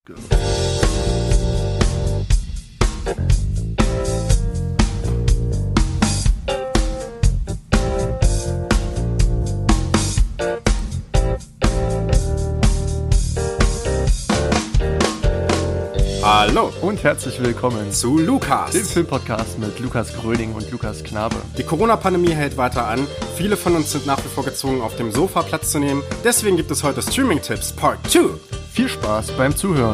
Go. Hallo und herzlich willkommen zu Lukas, dem Filmpodcast mit Lukas Gröning und Lukas Knabe. Die Corona-Pandemie hält weiter an. Viele von uns sind nach wie vor gezwungen, auf dem Sofa Platz zu nehmen. Deswegen gibt es heute Streaming-Tipps Part 2. Viel Spaß beim Zuhören.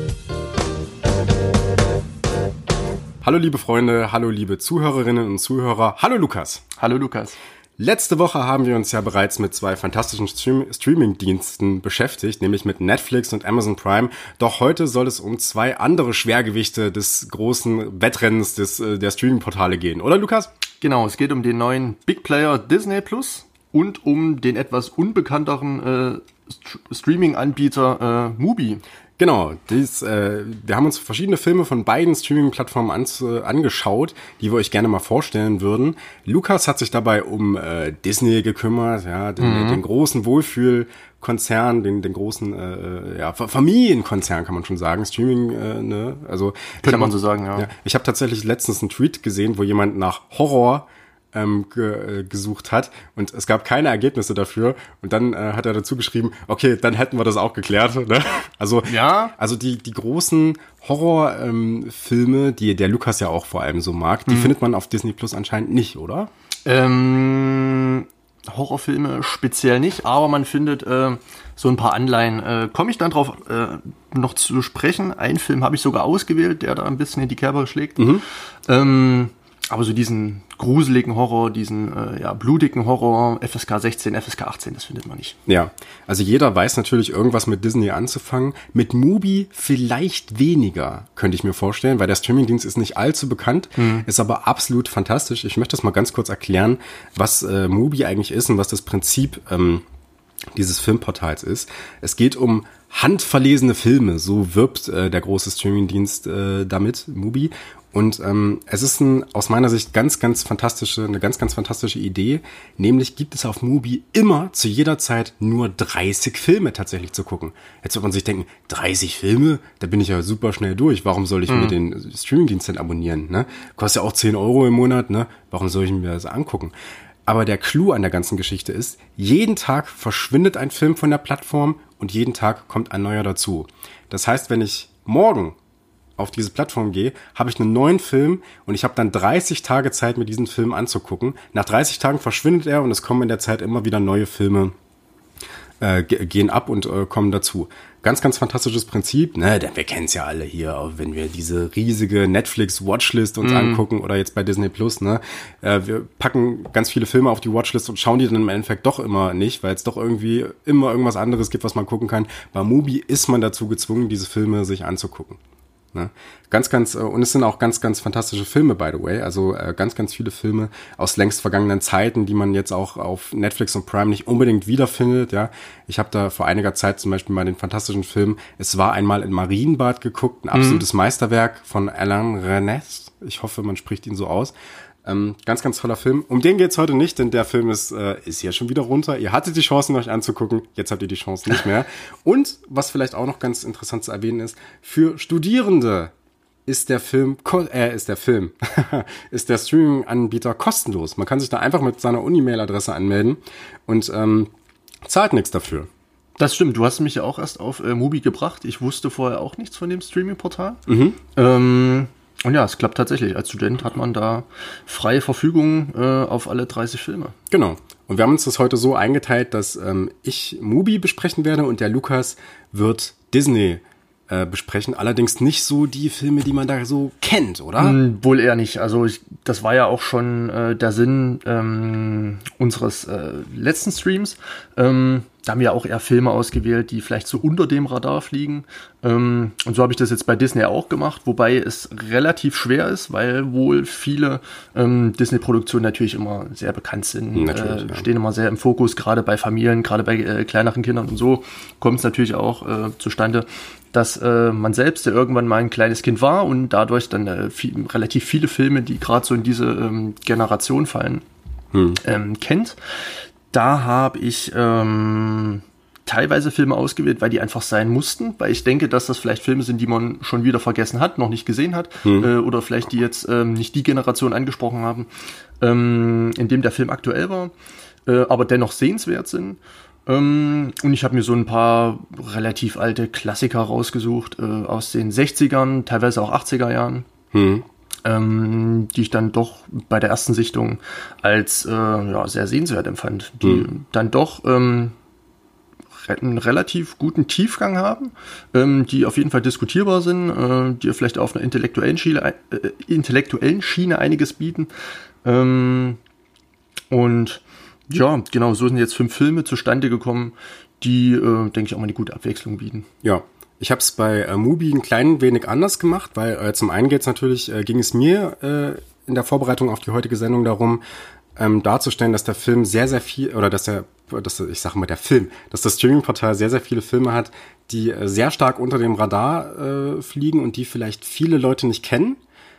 Hallo liebe Freunde, hallo liebe Zuhörerinnen und Zuhörer. Hallo Lukas. Hallo Lukas. Letzte Woche haben wir uns ja bereits mit zwei fantastischen Streaming-Diensten beschäftigt, nämlich mit Netflix und Amazon Prime. Doch heute soll es um zwei andere Schwergewichte des großen Wettrennens der Streaming-Portale gehen, oder Lukas? Genau, es geht um den neuen Big Player Disney Plus und um den etwas unbekannteren Streaming-Anbieter Mubi. Genau, wir haben uns verschiedene Filme von beiden Streaming-Plattformen angeschaut, die wir euch gerne mal vorstellen würden. Lukas hat sich dabei um Disney gekümmert, ja, den großen Wohlfühlkonzern, den großen Familienkonzern kann man schon sagen, Streaming, ne? Also könnte man so sagen, ja. Ich habe tatsächlich letztens einen Tweet gesehen, wo jemand nach Horror gesucht hat und es gab keine Ergebnisse dafür und dann hat er dazu geschrieben, okay, dann hätten wir das auch geklärt, ne? Also die großen Horrorfilme, die der Lukas ja auch vor allem so mag, die findet man auf Disney Plus anscheinend nicht, oder? Horrorfilme speziell nicht, aber man findet so ein paar Anleihen. Komme ich dann drauf noch zu sprechen? Einen Film habe ich sogar ausgewählt, der da ein bisschen in die Kerbe schlägt. Aber so diesen gruseligen Horror, diesen blutigen Horror, FSK 16, FSK 18, das findet man nicht. Ja, also jeder weiß natürlich irgendwas mit Disney anzufangen. Mit Mubi vielleicht weniger, könnte ich mir vorstellen, weil der Streamingdienst ist nicht allzu bekannt, ist aber absolut fantastisch. Ich möchte das mal ganz kurz erklären, was Mubi eigentlich ist und was das Prinzip dieses Filmportals ist. Es geht um handverlesene Filme, so wirbt der große Streamingdienst damit, Mubi. Und es ist aus meiner Sicht eine ganz, ganz fantastische Idee. Nämlich gibt es auf Mubi immer zu jeder Zeit nur 30 Filme tatsächlich zu gucken. Jetzt wird man sich denken, 30 Filme? Da bin ich ja super schnell durch. Warum soll ich mir den Streamingdienst denn abonnieren? Ne? Kostet ja auch 10 € im Monat. Ne? Warum soll ich mir das angucken? Aber der Clou an der ganzen Geschichte ist, jeden Tag verschwindet ein Film von der Plattform und jeden Tag kommt ein neuer dazu. Das heißt, wenn ich morgen auf diese Plattform gehe, habe ich einen neuen Film und ich habe dann 30 Tage Zeit, mir diesen Film anzugucken. Nach 30 Tagen verschwindet er und es kommen in der Zeit immer wieder neue Filme, gehen ab und kommen dazu. Ganz, ganz fantastisches Prinzip, ne? Denn wir kennen es ja alle hier, auch wenn wir diese riesige Netflix-Watchlist uns angucken oder jetzt bei Disney Plus, ne? Wir packen ganz viele Filme auf die Watchlist und schauen die dann im Endeffekt doch immer nicht, weil es doch irgendwie immer irgendwas anderes gibt, was man gucken kann. Bei Mubi ist man dazu gezwungen, diese Filme sich anzugucken. Ne? Und es sind auch ganz, ganz fantastische Filme, by the way, also ganz, ganz viele Filme aus längst vergangenen Zeiten, die man jetzt auch auf Netflix und Prime nicht unbedingt wiederfindet, ja. Ich habe da vor einiger Zeit zum Beispiel mal den fantastischen Film Es war einmal in Marienbad geguckt, ein absolutes Meisterwerk von Alain Resnais, ich hoffe, man spricht ihn so aus. Ganz, ganz toller Film. Um den geht's heute nicht, denn der Film ist ja schon wieder runter. Ihr hattet die Chance, ihn euch anzugucken. Jetzt habt ihr die Chance nicht mehr. Und was vielleicht auch noch ganz interessant zu erwähnen ist, für Studierende ist der Streaming-Anbieter kostenlos. Man kann sich da einfach mit seiner Uni-Mail-Adresse anmelden und zahlt nichts dafür. Das stimmt. Du hast mich ja auch erst auf Mubi gebracht. Ich wusste vorher auch nichts von dem Streaming-Portal. Und ja, es klappt tatsächlich. Als Student hat man da freie Verfügung auf alle 30 Filme. Genau. Und wir haben uns das heute so eingeteilt, dass ich Mubi besprechen werde und der Lukas wird Disney besprechen. Allerdings nicht so die Filme, die man da so kennt, oder? Wohl eher nicht. Also das war ja auch schon der Sinn unseres letzten Streams. Da haben wir auch eher Filme ausgewählt, die vielleicht so unter dem Radar fliegen. Und so habe ich das jetzt bei Disney auch gemacht, wobei es relativ schwer ist, weil wohl viele Disney-Produktionen natürlich immer sehr bekannt sind, stehen immer sehr im Fokus, gerade bei Familien, gerade bei kleineren Kindern und so kommt es natürlich auch zustande, dass man selbst ja irgendwann mal ein kleines Kind war und dadurch dann relativ viele Filme, die gerade so in diese Generation fallen, kennt. Da habe ich teilweise Filme ausgewählt, weil die einfach sein mussten, weil ich denke, dass das vielleicht Filme sind, die man schon wieder vergessen hat, noch nicht gesehen hat, oder vielleicht die jetzt nicht die Generation angesprochen haben, in dem der Film aktuell war, aber dennoch sehenswert sind. Und ich habe mir so ein paar relativ alte Klassiker rausgesucht, aus den 60ern, teilweise auch 80er Jahren. Die ich dann doch bei der ersten Sichtung als sehr sehenswert empfand, die dann doch einen relativ guten Tiefgang haben, die auf jeden Fall diskutierbar sind, die vielleicht auf einer intellektuellen Schiene einiges bieten. Und ja, genau, so sind jetzt 5 Filme zustande gekommen, die, denke ich, auch mal eine gute Abwechslung bieten. Ja. Ich habe es bei Mubi ein klein wenig anders gemacht, weil zum einen ging es mir in der Vorbereitung auf die heutige Sendung darum, darzustellen, dass der Film sehr, sehr viel, oder dass das Streaming-Portal sehr, sehr viele Filme hat, die sehr stark unter dem Radar fliegen und die vielleicht viele Leute nicht kennen.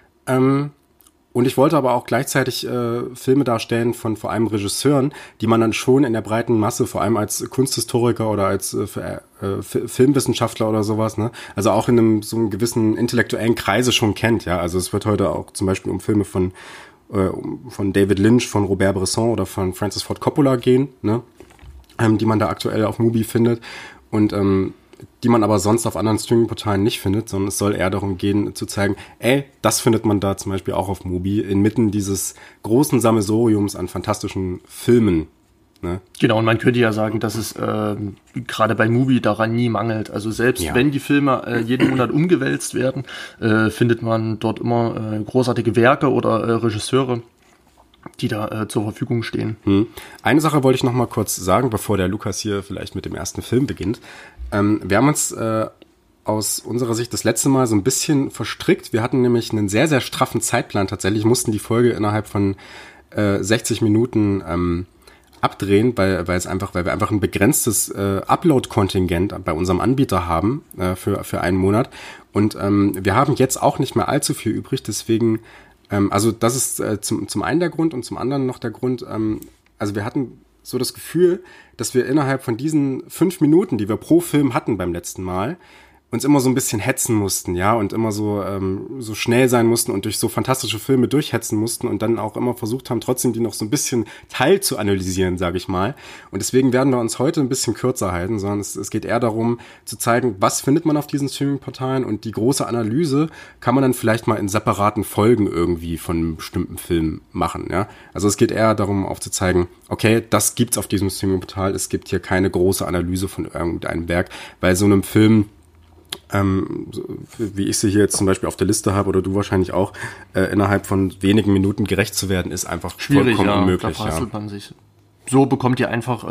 Und ich wollte aber auch gleichzeitig Filme darstellen von vor allem Regisseuren, die man dann schon in der breiten Masse, vor allem als Kunsthistoriker oder als Filmwissenschaftler oder sowas, ne, also auch in so einem gewissen intellektuellen Kreise schon kennt, ja. Also es wird heute auch zum Beispiel um Filme von David Lynch, von Robert Bresson oder von Francis Ford Coppola gehen, ne, die man da aktuell auf Mubi findet und die man aber sonst auf anderen Streaming-Portalen nicht findet, sondern es soll eher darum gehen, zu zeigen, das findet man da zum Beispiel auch auf Mubi, inmitten dieses großen Sammelsuriums an fantastischen Filmen. Ne? Genau, und man könnte ja sagen, dass es gerade bei Mubi daran nie mangelt. Also selbst wenn die Filme jeden Monat umgewälzt werden, findet man dort immer großartige Werke oder Regisseure, die da zur Verfügung stehen. Eine Sache wollte ich noch mal kurz sagen, bevor der Lukas hier vielleicht mit dem ersten Film beginnt. Wir haben uns aus unserer Sicht das letzte Mal so ein bisschen verstrickt. Wir hatten nämlich einen sehr, sehr straffen Zeitplan tatsächlich, mussten die Folge innerhalb von 60 Minuten abdrehen, weil wir einfach ein begrenztes Upload-Kontingent bei unserem Anbieter haben für einen Monat. Und wir haben jetzt auch nicht mehr allzu viel übrig, deswegen also das ist zum einen der Grund und zum anderen noch der Grund, also wir hatten so das Gefühl, dass wir innerhalb von diesen 5 Minuten, die wir pro Film hatten beim letzten Mal, uns immer so ein bisschen hetzen mussten, ja, und immer so schnell sein mussten und durch so fantastische Filme durchhetzen mussten und dann auch immer versucht haben, trotzdem die noch so ein bisschen teil zu analysieren, sage ich mal. Und deswegen werden wir uns heute ein bisschen kürzer halten, sondern es geht eher darum, zu zeigen, was findet man auf diesen Streaming-Portalen und die große Analyse kann man dann vielleicht mal in separaten Folgen irgendwie von einem bestimmten Film machen, ja. Also es geht eher darum, aufzuzeigen, okay, das gibt's auf diesem Streaming-Portal, es gibt hier keine große Analyse von irgendeinem Werk, weil so einem Film wie ich sie hier jetzt zum Beispiel auf der Liste habe oder du wahrscheinlich auch, innerhalb von wenigen Minuten gerecht zu werden, ist einfach schwierig, vollkommen unmöglich. Da verhasselt man sich. So bekommt ihr einfach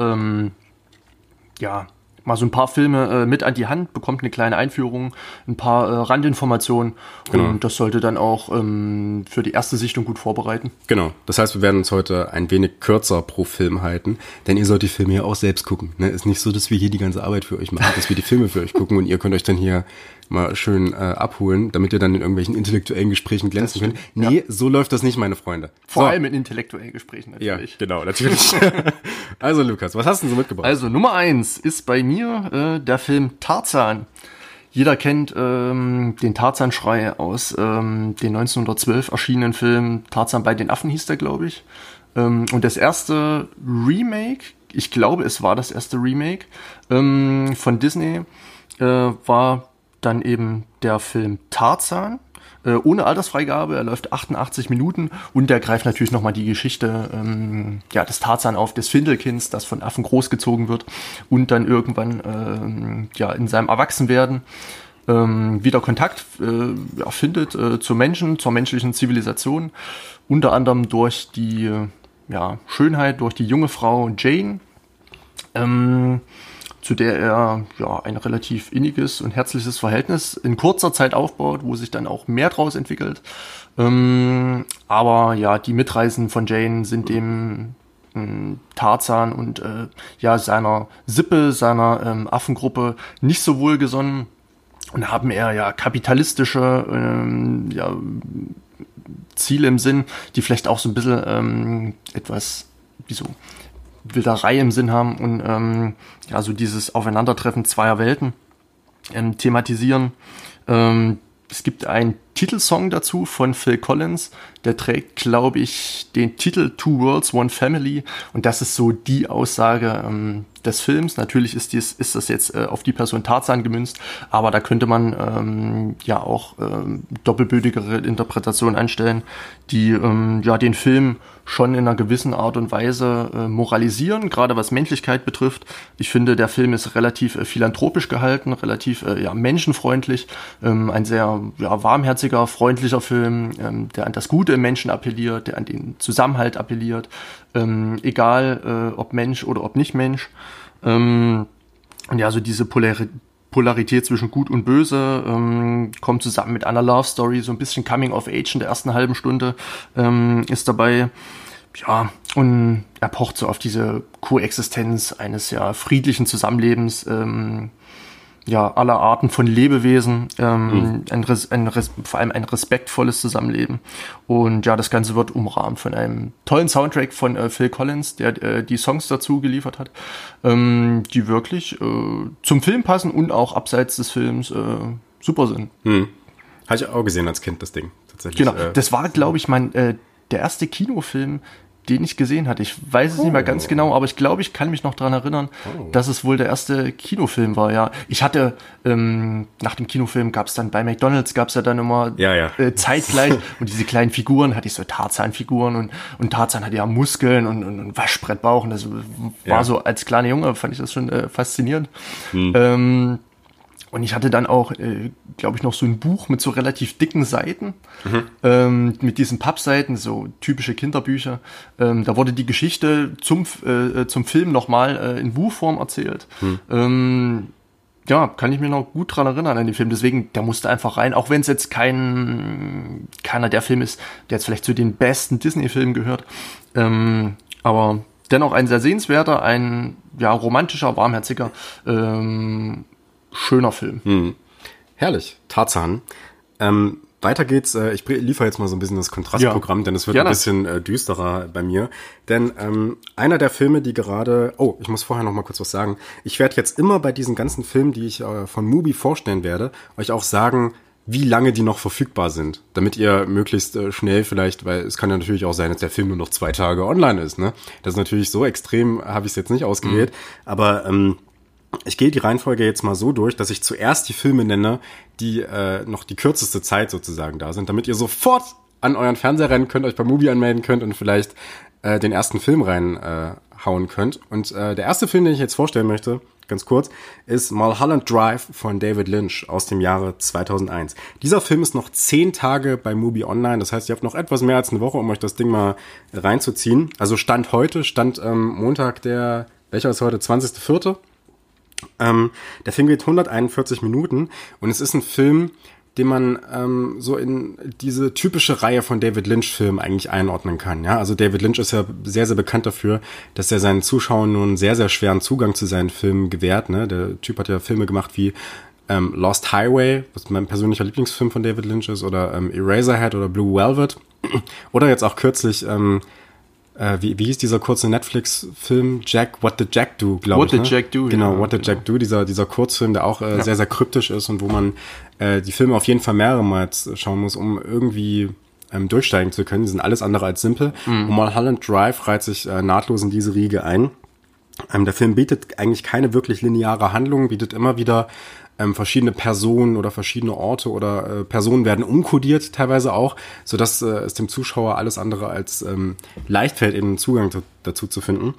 mal so ein paar Filme mit an die Hand, bekommt eine kleine Einführung, ein paar Randinformationen und das sollte dann auch für die erste Sichtung gut vorbereiten. Genau, das heißt, wir werden uns heute ein wenig kürzer pro Film halten, denn ihr sollt die Filme ja auch selbst gucken. Ne? Ist nicht so, dass wir hier die ganze Arbeit für euch machen, dass wir die Filme für euch gucken und ihr könnt euch dann hier mal schön abholen, damit ihr dann in irgendwelchen intellektuellen Gesprächen glänzen könnt. Nee, so läuft das nicht, meine Freunde. Vor allem in intellektuellen Gesprächen natürlich. Ja, genau, natürlich. Also Lukas, was hast du denn so mitgebracht? Also Nummer 1 ist bei mir der Film Tarzan. Jeder kennt den Tarzan-Schrei aus den 1912 erschienenen Film Tarzan bei den Affen hieß der, glaube ich. Und das erste Remake, ich glaube, es war das erste Remake von Disney, war dann eben der Film Tarzan, ohne Altersfreigabe, er läuft 88 Minuten und der greift natürlich nochmal die Geschichte des Tarzan auf, des Findelkinds, das von Affen großgezogen wird und dann irgendwann in seinem Erwachsenwerden wieder Kontakt findet zu Menschen, zur menschlichen Zivilisation, unter anderem durch die Schönheit, durch die junge Frau Jane, zu der er ein relativ inniges und herzliches Verhältnis in kurzer Zeit aufbaut, wo sich dann auch mehr draus entwickelt. Aber ja, die Mitreisen von Jane sind dem Tarzan und seiner Sippe, seiner Affengruppe nicht so wohlgesonnen und haben eher kapitalistische Ziele im Sinn, die vielleicht auch so ein bisschen Wilderei im Sinn haben und ja, so dieses Aufeinandertreffen zweier Welten thematisieren. Es gibt einen Titelsong dazu von Phil Collins, der trägt, glaube ich, den Titel Two Worlds, One Family, und das ist so die Aussage des Films. Natürlich ist das jetzt auf die Person Tarzan gemünzt, aber da könnte man ja auch doppelbödigere Interpretationen anstellen, die ja den Film schon in einer gewissen Art und Weise moralisieren, gerade was Menschlichkeit betrifft. Ich finde, der Film ist relativ philanthropisch gehalten, relativ ja, menschenfreundlich, ein sehr ja, warmherziger, freundlicher Film, der an das Gute im Menschen appelliert, der an den Zusammenhalt appelliert, egal ob Mensch oder ob nicht Mensch. Und ja, so diese Polarität zwischen Gut und Böse kommt zusammen mit einer Love Story, so ein bisschen Coming of Age in der ersten halben Stunde ist dabei. Ja, und er pocht so auf diese Koexistenz eines ja friedlichen Zusammenlebens ja, aller Arten von Lebewesen, vor allem ein respektvolles Zusammenleben. Und ja, das Ganze wird umrahmt von einem tollen Soundtrack von Phil Collins, der die Songs dazu geliefert hat, die wirklich zum Film passen und auch abseits des Films super sind. Habe ich auch gesehen als Kind, das Ding. Tatsächlich. Genau, das war, glaube ich, der erste Kinofilm, den ich gesehen hatte. Ich weiß es nicht mehr ganz genau, aber ich glaube, ich kann mich noch daran erinnern, dass es wohl der erste Kinofilm war, ja. Ich hatte, nach dem Kinofilm gab es dann bei McDonald's, gab es ja dann immer zeitgleich und diese kleinen Figuren, hatte ich so Tarzan-Figuren und Tarzan hatte ja Muskeln und Waschbrettbauch und das war so, als kleiner Junge fand ich das schon faszinierend. Und ich hatte dann auch, glaube ich, noch so ein Buch mit so relativ dicken Seiten, mit diesen Pappseiten, so typische Kinderbücher. Da wurde die Geschichte zum Film nochmal in Buchform erzählt. Ja, kann ich mir noch gut dran erinnern an den Film. Deswegen, der musste einfach rein, auch wenn es jetzt keiner der Film ist, der jetzt vielleicht zu den besten Disney-Filmen gehört. Aber dennoch ein sehr sehenswerter, ein ja romantischer, warmherziger, schöner Film. Herrlich. Tarzan. Weiter geht's. Ich liefere jetzt mal so ein bisschen das Kontrastprogramm, denn es wird ein bisschen düsterer bei mir. Denn einer der Filme, die gerade... Oh, ich muss vorher noch mal kurz was sagen. Ich werde jetzt immer bei diesen ganzen Filmen, die ich von Mubi vorstellen werde, euch auch sagen, wie lange die noch verfügbar sind. Damit ihr möglichst schnell vielleicht, weil es kann ja natürlich auch sein, dass der Film nur noch 2 Tage online ist. Ne? Das ist natürlich so extrem, habe ich es jetzt nicht ausgewählt. Aber... ich gehe die Reihenfolge jetzt mal so durch, dass ich zuerst die Filme nenne, die noch die kürzeste Zeit sozusagen da sind, damit ihr sofort an euren Fernseher rennen könnt, euch bei Mubi anmelden könnt und vielleicht den ersten Film reinhauen könnt. Und der erste Film, den ich jetzt vorstellen möchte, ganz kurz, ist Mulholland Drive von David Lynch aus dem Jahre 2001. Dieser Film ist noch 10 Tage bei Mubi online, das heißt, ihr habt noch etwas mehr als eine Woche, um euch das Ding mal reinzuziehen. Also Stand Montag, welcher ist heute, 20.04.? Der Film geht 141 Minuten und es ist ein Film, den man so in diese typische Reihe von David Lynch-Filmen eigentlich einordnen kann. Ja, also David Lynch ist ja sehr, sehr bekannt dafür, dass er seinen Zuschauern nur einen sehr, sehr schweren Zugang zu seinen Filmen gewährt. Ne? Der Typ hat ja Filme gemacht wie Lost Highway, was mein persönlicher Lieblingsfilm von David Lynch ist, oder Eraserhead oder Blue Velvet. Oder jetzt auch kürzlich wie hieß dieser kurze Netflix-Film? What Did Jack Do, glaube ich. What Did Jack Do? Genau, What Did Jack Do, dieser Kurzfilm, der auch sehr, sehr kryptisch ist und wo man die Filme auf jeden Fall mehrmals schauen muss, um irgendwie durchsteigen zu können. Die sind alles andere als simpel. Und Mulholland Drive reiht sich nahtlos in diese Riege ein. Der Film bietet eigentlich keine wirklich lineare Handlung, bietet immer wieder verschiedene Personen oder verschiedene Orte oder Personen werden umkodiert teilweise auch, sodass es dem Zuschauer alles andere als leicht fällt, eben einen Zugang dazu zu finden.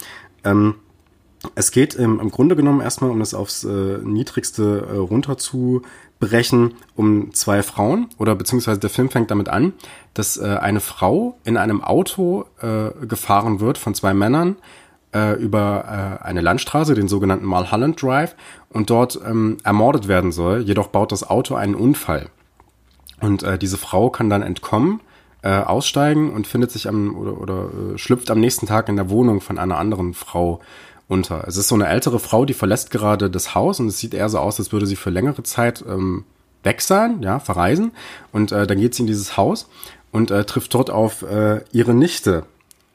Es geht im Grunde genommen erstmal, um es aufs Niedrigste runterzubrechen, um 2 Frauen, oder beziehungsweise der Film fängt damit an, dass eine Frau in einem Auto gefahren wird von 2 Männern, über eine Landstraße, den sogenannten Mulholland Drive, und dort ermordet werden soll. Jedoch baut das Auto einen Unfall. Und diese Frau kann dann entkommen, aussteigen und findet sich schlüpft am nächsten Tag in der Wohnung von einer anderen Frau unter. Es ist so eine ältere Frau, die verlässt gerade das Haus und es sieht eher so aus, als würde sie für längere Zeit weg sein, ja, verreisen. Und dann geht sie in dieses Haus und trifft dort auf ihre Nichte.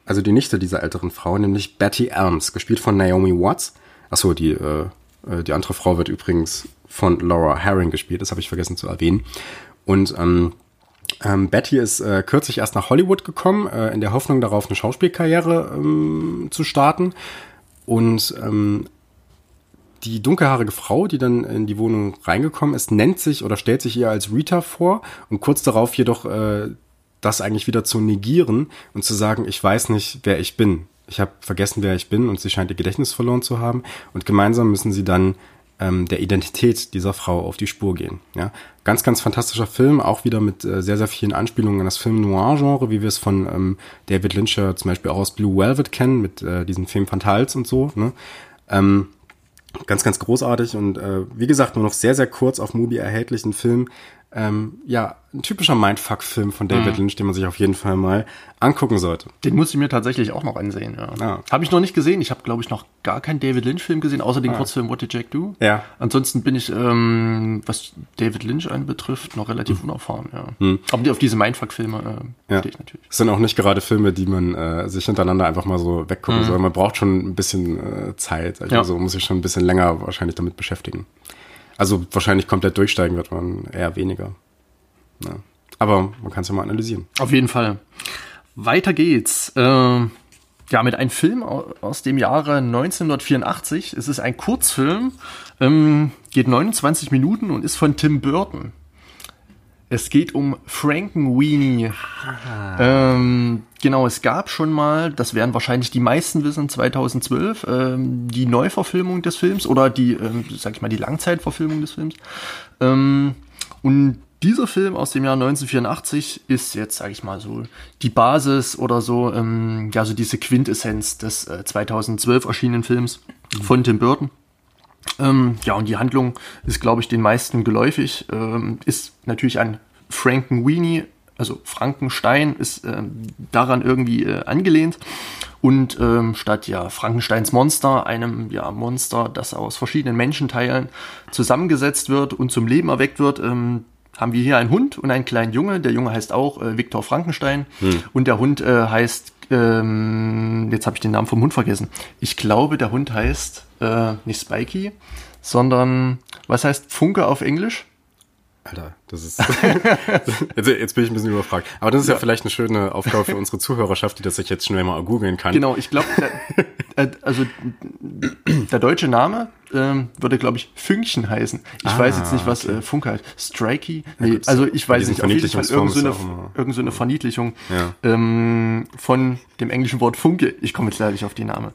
also die Nichte dieser älteren Frau, nämlich Betty Elms, gespielt von Naomi Watts. Achso, die andere Frau wird übrigens von Laura Herring gespielt, das habe ich vergessen zu erwähnen. Und Betty ist kürzlich erst nach Hollywood gekommen, in der Hoffnung darauf, eine Schauspielkarriere zu starten. Und die dunkelhaarige Frau, die dann in die Wohnung reingekommen ist, nennt sich oder stellt sich ihr als Rita vor und kurz darauf jedoch das eigentlich wieder zu negieren und zu sagen, ich weiß nicht, wer ich bin. Ich habe vergessen, wer ich bin, und sie scheint ihr Gedächtnis verloren zu haben. Und gemeinsam müssen sie dann der Identität dieser Frau auf die Spur gehen. Ja? Ganz, ganz fantastischer Film, auch wieder mit sehr, sehr vielen Anspielungen an das Film-Noir-Genre, wie wir es von David Lynch zum Beispiel auch aus Blue Velvet kennen, mit diesen Femme Fatales und so. Ne? Ganz, ganz großartig und wie gesagt, nur noch sehr, sehr kurz auf Mubi erhältlich, ein Film, ein typischer Mindfuck-Film von David Lynch, den man sich auf jeden Fall mal angucken sollte. Den muss ich mir tatsächlich auch noch ansehen. Ja. Habe ich noch nicht gesehen. Ich habe, glaube ich, noch gar keinen David Lynch-Film gesehen, außer den Kurzfilm What Did Jack Do? Ja. Ansonsten bin ich, was David Lynch anbetrifft, noch relativ unerfahren. Ja. Aber auf diese Mindfuck-Filme stehe ich natürlich. Es sind auch nicht gerade Filme, die man sich hintereinander einfach mal so weggucken soll. Man braucht schon ein bisschen Zeit. Also muss sich schon ein bisschen länger wahrscheinlich damit beschäftigen. Also wahrscheinlich komplett durchsteigen wird man eher weniger. Ja. Aber man kann es ja mal analysieren. Auf jeden Fall. Weiter geht's. Mit einem Film aus dem Jahre 1984. Es ist ein Kurzfilm, geht 29 Minuten und ist von Tim Burton. Es geht um Frankenweenie. Es gab schon mal, das werden wahrscheinlich die meisten wissen, 2012, die Neuverfilmung des Films oder die Langzeitverfilmung des Films. Und dieser Film aus dem Jahr 1984 ist jetzt, sage ich mal so, die Basis oder so, so diese Quintessenz des 2012 erschienenen Films von Tim Burton. Und die Handlung ist, glaube ich, den meisten geläufig, ist natürlich an Frankenweenie, also Frankenstein, ist daran irgendwie angelehnt. Und statt Frankensteins Monster, einem Monster, das aus verschiedenen Menschenteilen zusammengesetzt wird und zum Leben erweckt wird, haben wir hier einen Hund und einen kleinen Junge. Der Junge heißt auch Viktor Frankenstein und der Hund heißt, jetzt habe ich den Namen vom Hund vergessen. Ich glaube, der Hund heißt nicht Spikey, sondern, was heißt Funke auf Englisch? Alter, das ist jetzt bin ich ein bisschen überfragt. Aber das ist ja vielleicht eine schöne Aufgabe für unsere Zuhörerschaft, die das sich jetzt schnell mal googeln kann. Genau, ich glaube, der deutsche Name würde, glaube ich, Fünkchen heißen. Ich weiß jetzt nicht, was Funke heißt. Strikey? Nee, also ich weiß nicht. Auf jeden Fall irgend so eine Verniedlichung von dem englischen Wort Funke. Ich komme jetzt leider nicht auf die Name.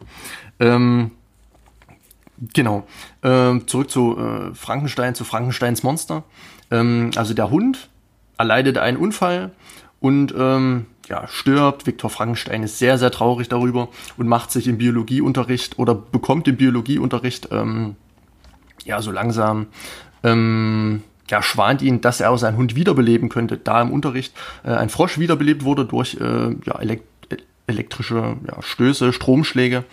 Zurück zu Frankenstein, zu Frankensteins Monster. Also der Hund erleidet einen Unfall und stirbt. Viktor Frankenstein ist sehr, sehr traurig darüber und macht sich im Biologieunterricht oder bekommt im Biologieunterricht so langsam schwant ihn, dass er auch seinen Hund wiederbeleben könnte, da im Unterricht ein Frosch wiederbelebt wurde durch elektrische Stöße, Stromschläge.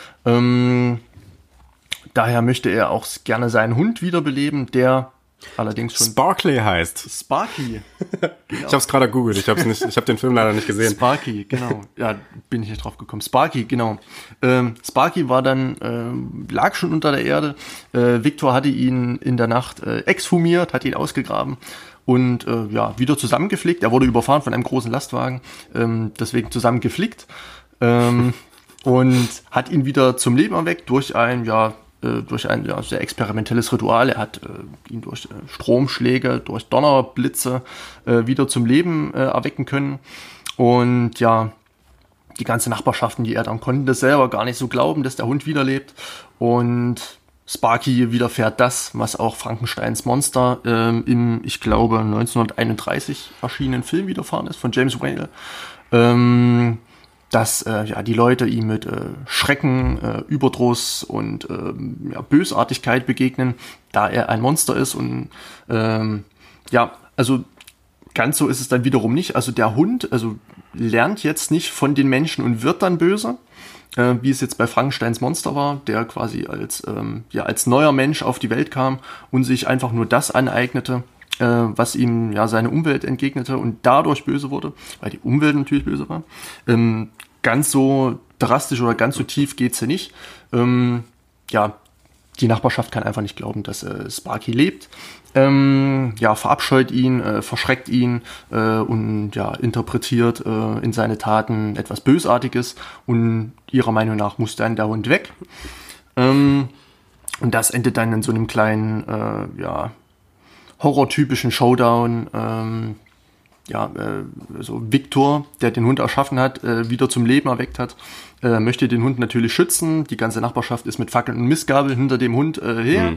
Daher möchte er auch gerne seinen Hund wiederbeleben, der allerdings schon Sparkly heißt. Sparky. Genau. Ich habe es gerade googelt, ich habe den Film leider nicht gesehen. Sparky, genau. Ja, bin ich nicht drauf gekommen. Sparky, genau. Sparky war dann, lag schon unter der Erde. Viktor hatte ihn in der Nacht exhumiert, hat ihn ausgegraben und wieder zusammengeflickt. Er wurde überfahren von einem großen Lastwagen, deswegen zusammengeflickt und hat ihn wieder zum Leben erweckt durch ein sehr experimentelles Ritual. Er hat ihn durch Stromschläge, durch Donnerblitze wieder zum Leben erwecken können. Und die ganze Nachbarschaft, die Eltern konnten das selber gar nicht so glauben, dass der Hund wiederlebt. Und Sparky widerfährt das, was auch Frankensteins Monster im, ich glaube, 1931 erschienenen Film widerfahren ist, von James Whale. Dass die Leute ihm mit Schrecken, Überdruss und Bösartigkeit begegnen, da er ein Monster ist. Und also ganz so ist es dann wiederum nicht. Also der Hund lernt jetzt nicht von den Menschen und wird dann böse, wie es jetzt bei Frankensteins Monster war, der quasi als neuer Mensch auf die Welt kam und sich einfach nur das aneignete, was ihm seine Umwelt entgegnete und dadurch böse wurde, weil die Umwelt natürlich böse war. ganz so drastisch oder ganz so tief geht's ja nicht. Die Nachbarschaft kann einfach nicht glauben, dass Sparky lebt. Verabscheut ihn, verschreckt ihn und interpretiert in seine Taten etwas Bösartiges, und ihrer Meinung nach muss dann der Hund weg. Und das endet dann in so einem kleinen horrortypischen Showdown. So Victor, der den Hund erschaffen hat, wieder zum Leben erweckt hat, möchte den Hund natürlich schützen. Die ganze Nachbarschaft ist mit Fackeln und Mistgabeln hinter dem Hund her.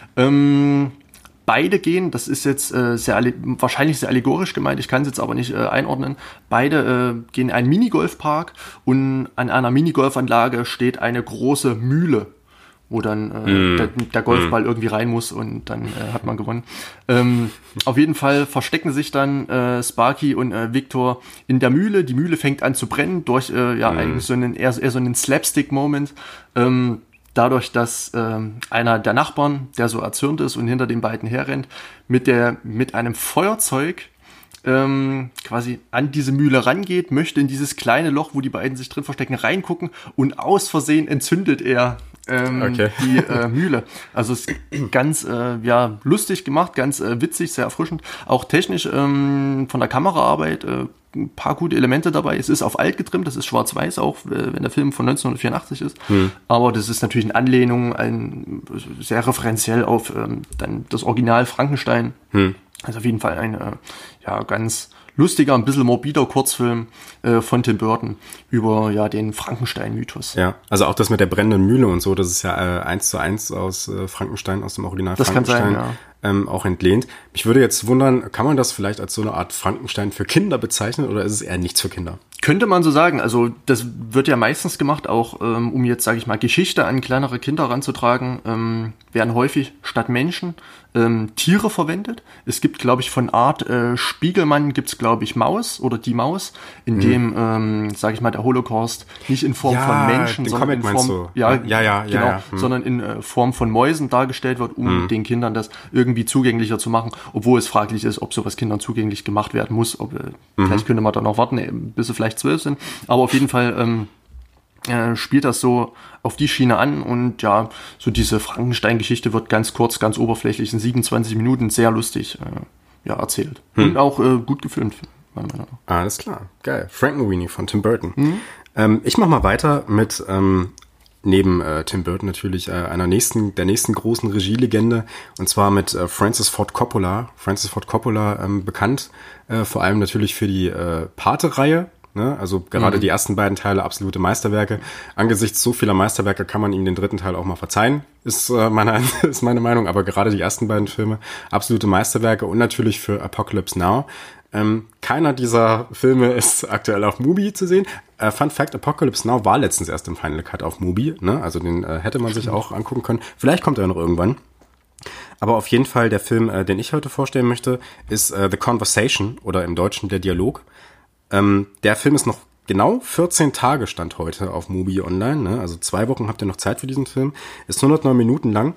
Beide gehen, das ist jetzt wahrscheinlich sehr allegorisch gemeint, ich kann es jetzt aber nicht einordnen, beide gehen in einen Minigolfpark, und an einer Minigolfanlage steht eine große Mühle, wo dann der Golfball irgendwie rein muss, und dann hat man gewonnen. Auf jeden Fall verstecken sich dann Sparky und Victor in der Mühle. Die Mühle fängt an zu brennen durch eigentlich so einen Slapstick-Moment. Dadurch, dass einer der Nachbarn, der so erzürnt ist und hinter den beiden herrennt, mit einem Feuerzeug quasi an diese Ganz rangeht, möchte in dieses kleine Loch, wo die beiden sich drin verstecken, reingucken, und aus Versehen entzündet er die Mühle. Also es ist ganz lustig gemacht, ganz witzig, sehr erfrischend. Auch technisch von der Kameraarbeit ein paar gute Elemente dabei. Es ist auf alt getrimmt, das ist schwarz-weiß, auch wenn der Film von 1984 ist. Aber das ist natürlich eine Anlehnung, sehr referenziell auf dann das Original Frankenstein. Also auf jeden Fall ein ganz lustiger, ein bisschen morbider Kurzfilm von Tim Burton über den Frankenstein-Mythos. Ja, also auch das mit der brennenden Mühle und so, das ist ja 1:1 aus Frankenstein, aus dem Original das Frankenstein. Kann sein, ja. Auch entlehnt. Mich würde jetzt wundern, kann man das vielleicht als so eine Art Frankenstein für Kinder bezeichnen, oder ist es eher nichts für Kinder? Könnte man so sagen. Also das wird ja meistens gemacht, auch um jetzt, sage ich mal, Geschichte an kleinere Kinder ranzutragen, werden häufig statt Menschen Tiere verwendet. Es gibt, glaube ich, von Art Spiegelmann gibt's, glaube ich, Maus oder die Maus, in dem, sage ich mal, der Holocaust nicht in Form von Menschen, sondern in Form, sondern in Form von Mäusen dargestellt wird, um den Kindern das irgendwie zugänglicher zu machen, obwohl es fraglich ist, ob sowas Kindern zugänglich gemacht werden muss. Vielleicht könnte man da noch warten, bis sie vielleicht 12 sind. Aber auf jeden Fall spielt das so auf die Schiene an, und so diese Frankenstein-Geschichte wird ganz kurz, ganz oberflächlich in 27 Minuten sehr lustig erzählt. Und auch gut gefilmt, meiner Meinung nach. Alles klar, geil. Frankenweenie von Tim Burton. Ich mach mal weiter mit neben Tim Burton natürlich der nächsten großen Regielegende, und zwar mit Francis Ford Coppola. Francis Ford Coppola bekannt vor allem natürlich für die Pate-Reihe. Ne? Also gerade die ersten beiden Teile absolute Meisterwerke. Angesichts so vieler Meisterwerke kann man ihm den dritten Teil auch mal verzeihen, ist meine Meinung. Aber gerade die ersten beiden Filme absolute Meisterwerke, und natürlich für Apocalypse Now. Keiner dieser Filme ist aktuell auf Mubi zu sehen. Fun Fact, Apocalypse Now war letztens erst im Final Cut auf Mubi. Ne? Also den hätte man sich auch angucken können. Vielleicht kommt er noch irgendwann. Aber auf jeden Fall der Film, den ich heute vorstellen möchte, ist The Conversation, oder im Deutschen Der Dialog. Der Film ist noch genau 14 Tage Stand heute auf Mubi online. Ne? Also 2 Wochen habt ihr noch Zeit für diesen Film. Ist 109 Minuten lang.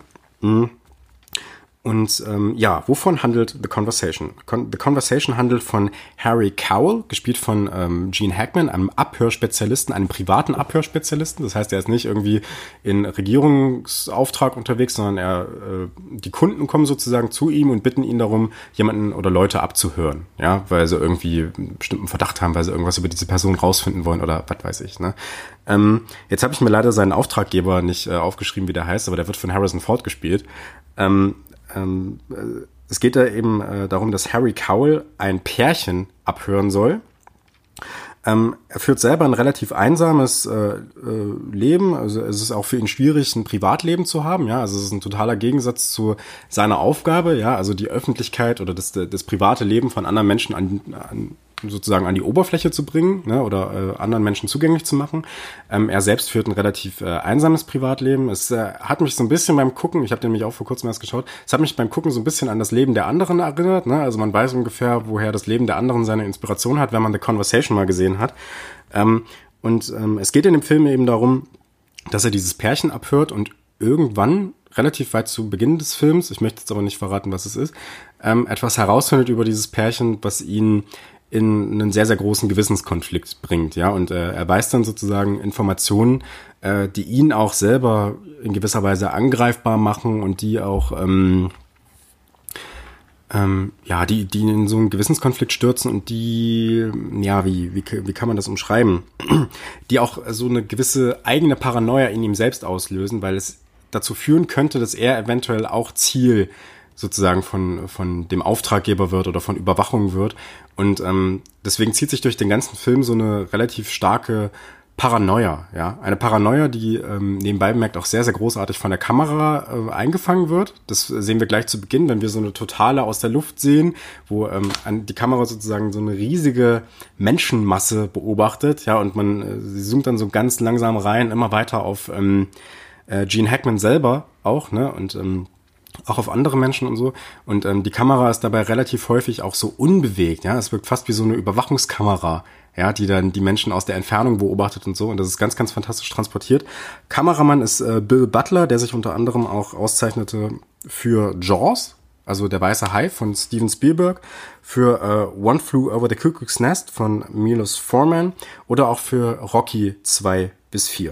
Und wovon handelt The Conversation? The Conversation handelt von Harry Cowell, gespielt von Gene Hackman, einem Abhörspezialisten, einem privaten Abhörspezialisten. Das heißt, er ist nicht irgendwie in Regierungsauftrag unterwegs, sondern die Kunden kommen sozusagen zu ihm und bitten ihn darum, jemanden oder Leute abzuhören, ja, weil sie irgendwie einen bestimmten Verdacht haben, weil sie irgendwas über diese Person rausfinden wollen oder was weiß ich. Ne? Jetzt habe ich mir leider seinen Auftraggeber nicht aufgeschrieben, wie der heißt, aber der wird von Harrison Ford gespielt. Es geht da eben darum, dass Harry Cowell ein Pärchen abhören soll. Er führt selber ein relativ einsames Leben. Also es ist auch für ihn schwierig, ein Privatleben zu haben. Ja, also es ist ein totaler Gegensatz zu seiner Aufgabe. Ja, also die Öffentlichkeit oder das private Leben von anderen Menschen sozusagen an die Oberfläche zu bringen, ne, oder anderen Menschen zugänglich zu machen. Er selbst führt ein relativ einsames Privatleben. Es hat mich so ein bisschen beim Gucken, ich habe den nämlich auch vor kurzem erst geschaut, es hat mich beim Gucken so ein bisschen an das Leben der anderen erinnert. Ne? Also man weiß ungefähr, woher das Leben der anderen seine Inspiration hat, wenn man The Conversation mal gesehen hat. Es geht in dem Film eben darum, dass er dieses Pärchen abhört und irgendwann, relativ weit zu Beginn des Films, ich möchte jetzt aber nicht verraten, was es ist, etwas herausfindet über dieses Pärchen, was ihn in einen sehr, sehr großen Gewissenskonflikt bringt, ja, und er weiß dann sozusagen Informationen, die ihn auch selber in gewisser Weise angreifbar machen und die auch die in so einen Gewissenskonflikt stürzen und die, ja, wie kann man das umschreiben? Die auch so eine gewisse eigene Paranoia in ihm selbst auslösen, weil es dazu führen könnte, dass er eventuell auch Ziel sozusagen von dem Auftraggeber wird oder von Überwachung wird. Und deswegen zieht sich durch den ganzen Film so eine relativ starke Paranoia, ja. Eine Paranoia, die nebenbei bemerkt auch sehr, sehr großartig von der Kamera eingefangen wird. Das sehen wir gleich zu Beginn, wenn wir so eine Totale aus der Luft sehen, wo die Kamera sozusagen so eine riesige Menschenmasse beobachtet, ja, und sie zoomt dann so ganz langsam rein, immer weiter auf Gene Hackman selber auch, ne, und auch auf andere Menschen und so. Und die Kamera ist dabei relativ häufig auch so unbewegt, ja. Es wirkt fast wie so eine Überwachungskamera, ja, die dann die Menschen aus der Entfernung beobachtet und so. Und das ist ganz, ganz fantastisch transportiert. Kameramann ist Bill Butler, der sich unter anderem auch auszeichnete für Jaws, also Der weiße Hai von Steven Spielberg, für One Flew Over the Cuckoo's Nest von Milos Forman oder auch für Rocky 2 bis 4.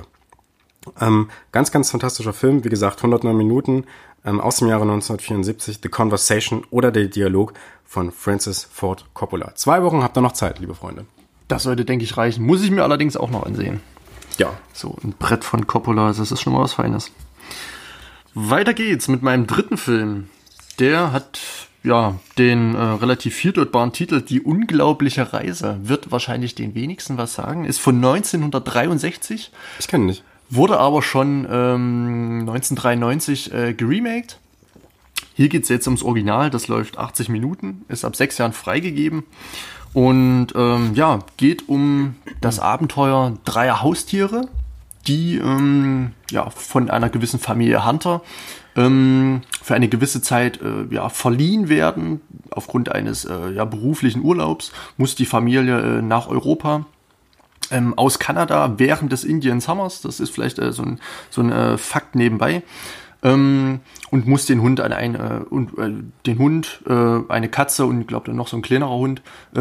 Ganz, ganz fantastischer Film. Wie gesagt, 109 Minuten aus dem Jahre 1974. The Conversation oder der Dialog von Francis Ford Coppola. 2 Wochen habt ihr noch Zeit, liebe Freunde. Das sollte, denke ich, reichen. Muss ich mir allerdings auch noch ansehen. Ja. So, ein Brett von Coppola, das ist schon mal was Feines. Weiter geht's mit meinem dritten Film. Der hat ja den relativ vieldeutbaren Titel Die unglaubliche Reise. Wird wahrscheinlich den wenigsten was sagen. Ist von 1963. Ich kenne ihn nicht. Wurde aber schon 1993 geremaked. Hier geht's jetzt ums Original. Das läuft 80 Minuten. Ist ab 6 Jahren freigegeben. Und geht um das Abenteuer dreier Haustiere, die von einer gewissen Familie Hunter für eine gewisse Zeit verliehen werden. Aufgrund eines beruflichen Urlaubs muss die Familie nach Europa aus Kanada während des Indian Summers. Das ist vielleicht so ein Fakt nebenbei. Und muss den Hund eine Katze und ich glaube dann noch so ein kleinerer Hund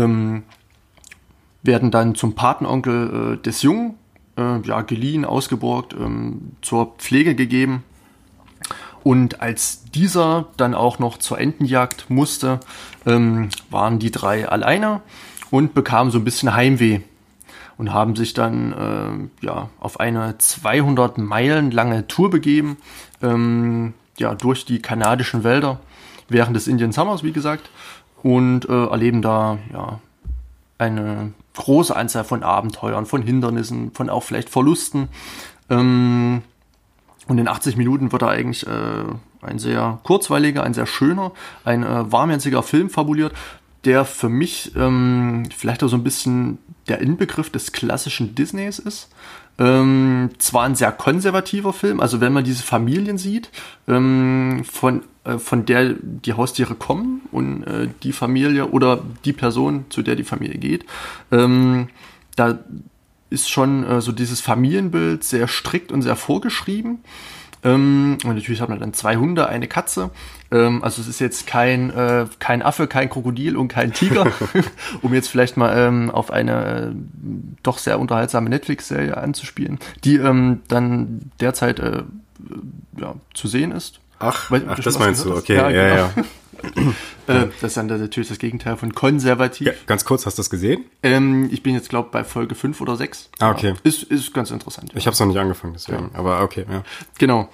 werden dann zum Patenonkel des Jungen geliehen, ausgeborgt, zur Pflege gegeben. Und als dieser dann auch noch zur Entenjagd musste, waren die drei alleine und bekamen so ein bisschen Heimweh und haben sich dann auf eine 200 Meilen lange Tour begeben, durch die kanadischen Wälder während des Indian Summers, wie gesagt, und erleben da eine große Anzahl von Abenteuern, von Hindernissen, von auch vielleicht Verlusten. Und in 80 Minuten wird da eigentlich ein sehr kurzweiliger, ein sehr schöner, ein warmherziger Film fabuliert, der für mich vielleicht auch so ein bisschen der Inbegriff des klassischen Disneys ist. Zwar ein sehr konservativer Film, also wenn man diese Familien sieht, von der die Haustiere kommen und die Familie oder die Person, zu der die Familie geht, da ist schon so dieses Familienbild sehr strikt und sehr vorgeschrieben. Und natürlich hat man dann 2 Hunde, eine Katze. Also es ist jetzt kein Affe, kein Krokodil und kein Tiger, um jetzt vielleicht mal auf eine doch sehr unterhaltsame Netflix-Serie anzuspielen, die dann derzeit zu sehen ist. Ach, das meinst du, okay, ja. Das ist dann natürlich das Gegenteil von konservativ. Ja, ganz kurz, hast du das gesehen? Ich bin jetzt, glaube ich, bei Folge 5 oder 6. Ah, okay. Ist ganz interessant. Ich habe es noch nicht angefangen, deswegen. Ja. Aber okay, ja. Genau.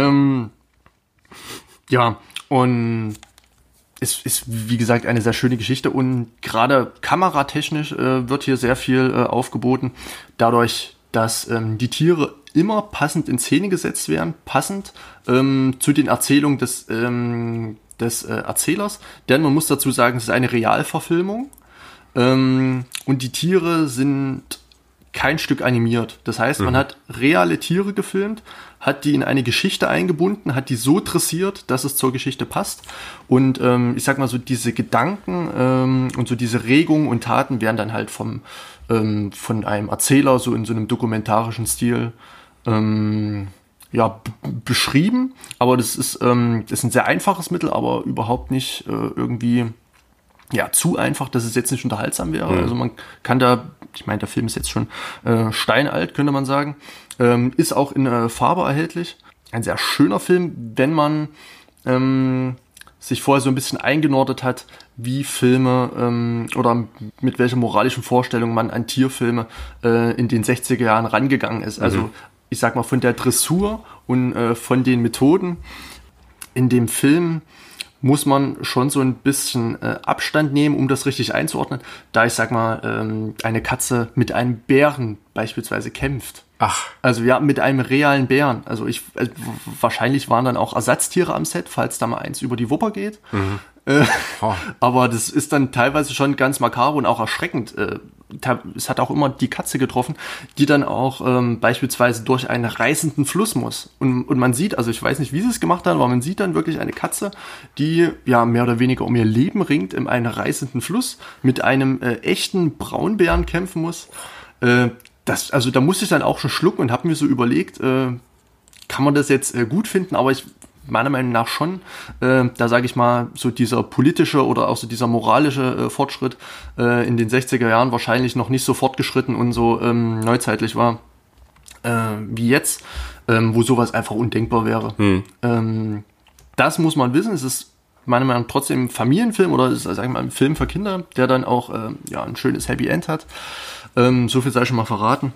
Und es ist, wie gesagt, eine sehr schöne Geschichte und gerade kameratechnisch wird hier sehr viel aufgeboten. Dadurch, dass die Tiere immer passend in Szene gesetzt werden, passend zu den Erzählungen des Erzählers. Denn man muss dazu sagen, es ist eine Realverfilmung und die Tiere sind kein Stück animiert. Das heißt, man hat reale Tiere gefilmt, hat die in eine Geschichte eingebunden, hat die so dressiert, dass es zur Geschichte passt. Und ich sag mal so, diese Gedanken und so diese Regungen und Taten werden dann halt von einem Erzähler so in so einem dokumentarischen Stil beschrieben. Aber das ist ein sehr einfaches Mittel, aber überhaupt nicht irgendwie zu einfach, dass es jetzt nicht unterhaltsam wäre. Also man kann da, ich meine, der Film ist jetzt schon steinalt, könnte man sagen, ist auch in Farbe erhältlich. Ein sehr schöner Film, wenn man sich vorher so ein bisschen eingenordet hat, wie Filme oder mit welcher moralischen Vorstellung man an Tierfilme in den 60er Jahren rangegangen ist. Also ich sag mal, von der Dressur und von den Methoden in dem Film muss man schon so ein bisschen Abstand nehmen, um das richtig einzuordnen, da ich sag mal, eine Katze mit einem Bären beispielsweise kämpft. Ach. Also ja, mit einem realen Bären. Also wahrscheinlich waren dann auch Ersatztiere am Set, falls da mal eins über die Wupper geht. Aber das ist dann teilweise schon ganz makaber und auch erschreckend. Es hat auch immer die Katze getroffen, die dann auch beispielsweise durch einen reißenden Fluss muss. Und man sieht, also ich weiß nicht, wie sie es gemacht haben, aber man sieht dann wirklich eine Katze, die ja mehr oder weniger um ihr Leben ringt in einem reißenden Fluss, mit einem echten Braunbären kämpfen muss. Also da musste ich dann auch schon schlucken und habe mir so überlegt, kann man das jetzt gut finden, aber meiner Meinung nach schon, da sage ich mal, so dieser politische oder auch so dieser moralische Fortschritt in den 60er Jahren wahrscheinlich noch nicht so fortgeschritten und so neuzeitlich war wie jetzt, wo sowas einfach undenkbar wäre. Das muss man wissen, es ist meiner Meinung nach trotzdem ein Familienfilm oder ist, sag ich mal, ein Film für Kinder, der dann auch ein schönes Happy End hat. So viel sei schon mal verraten.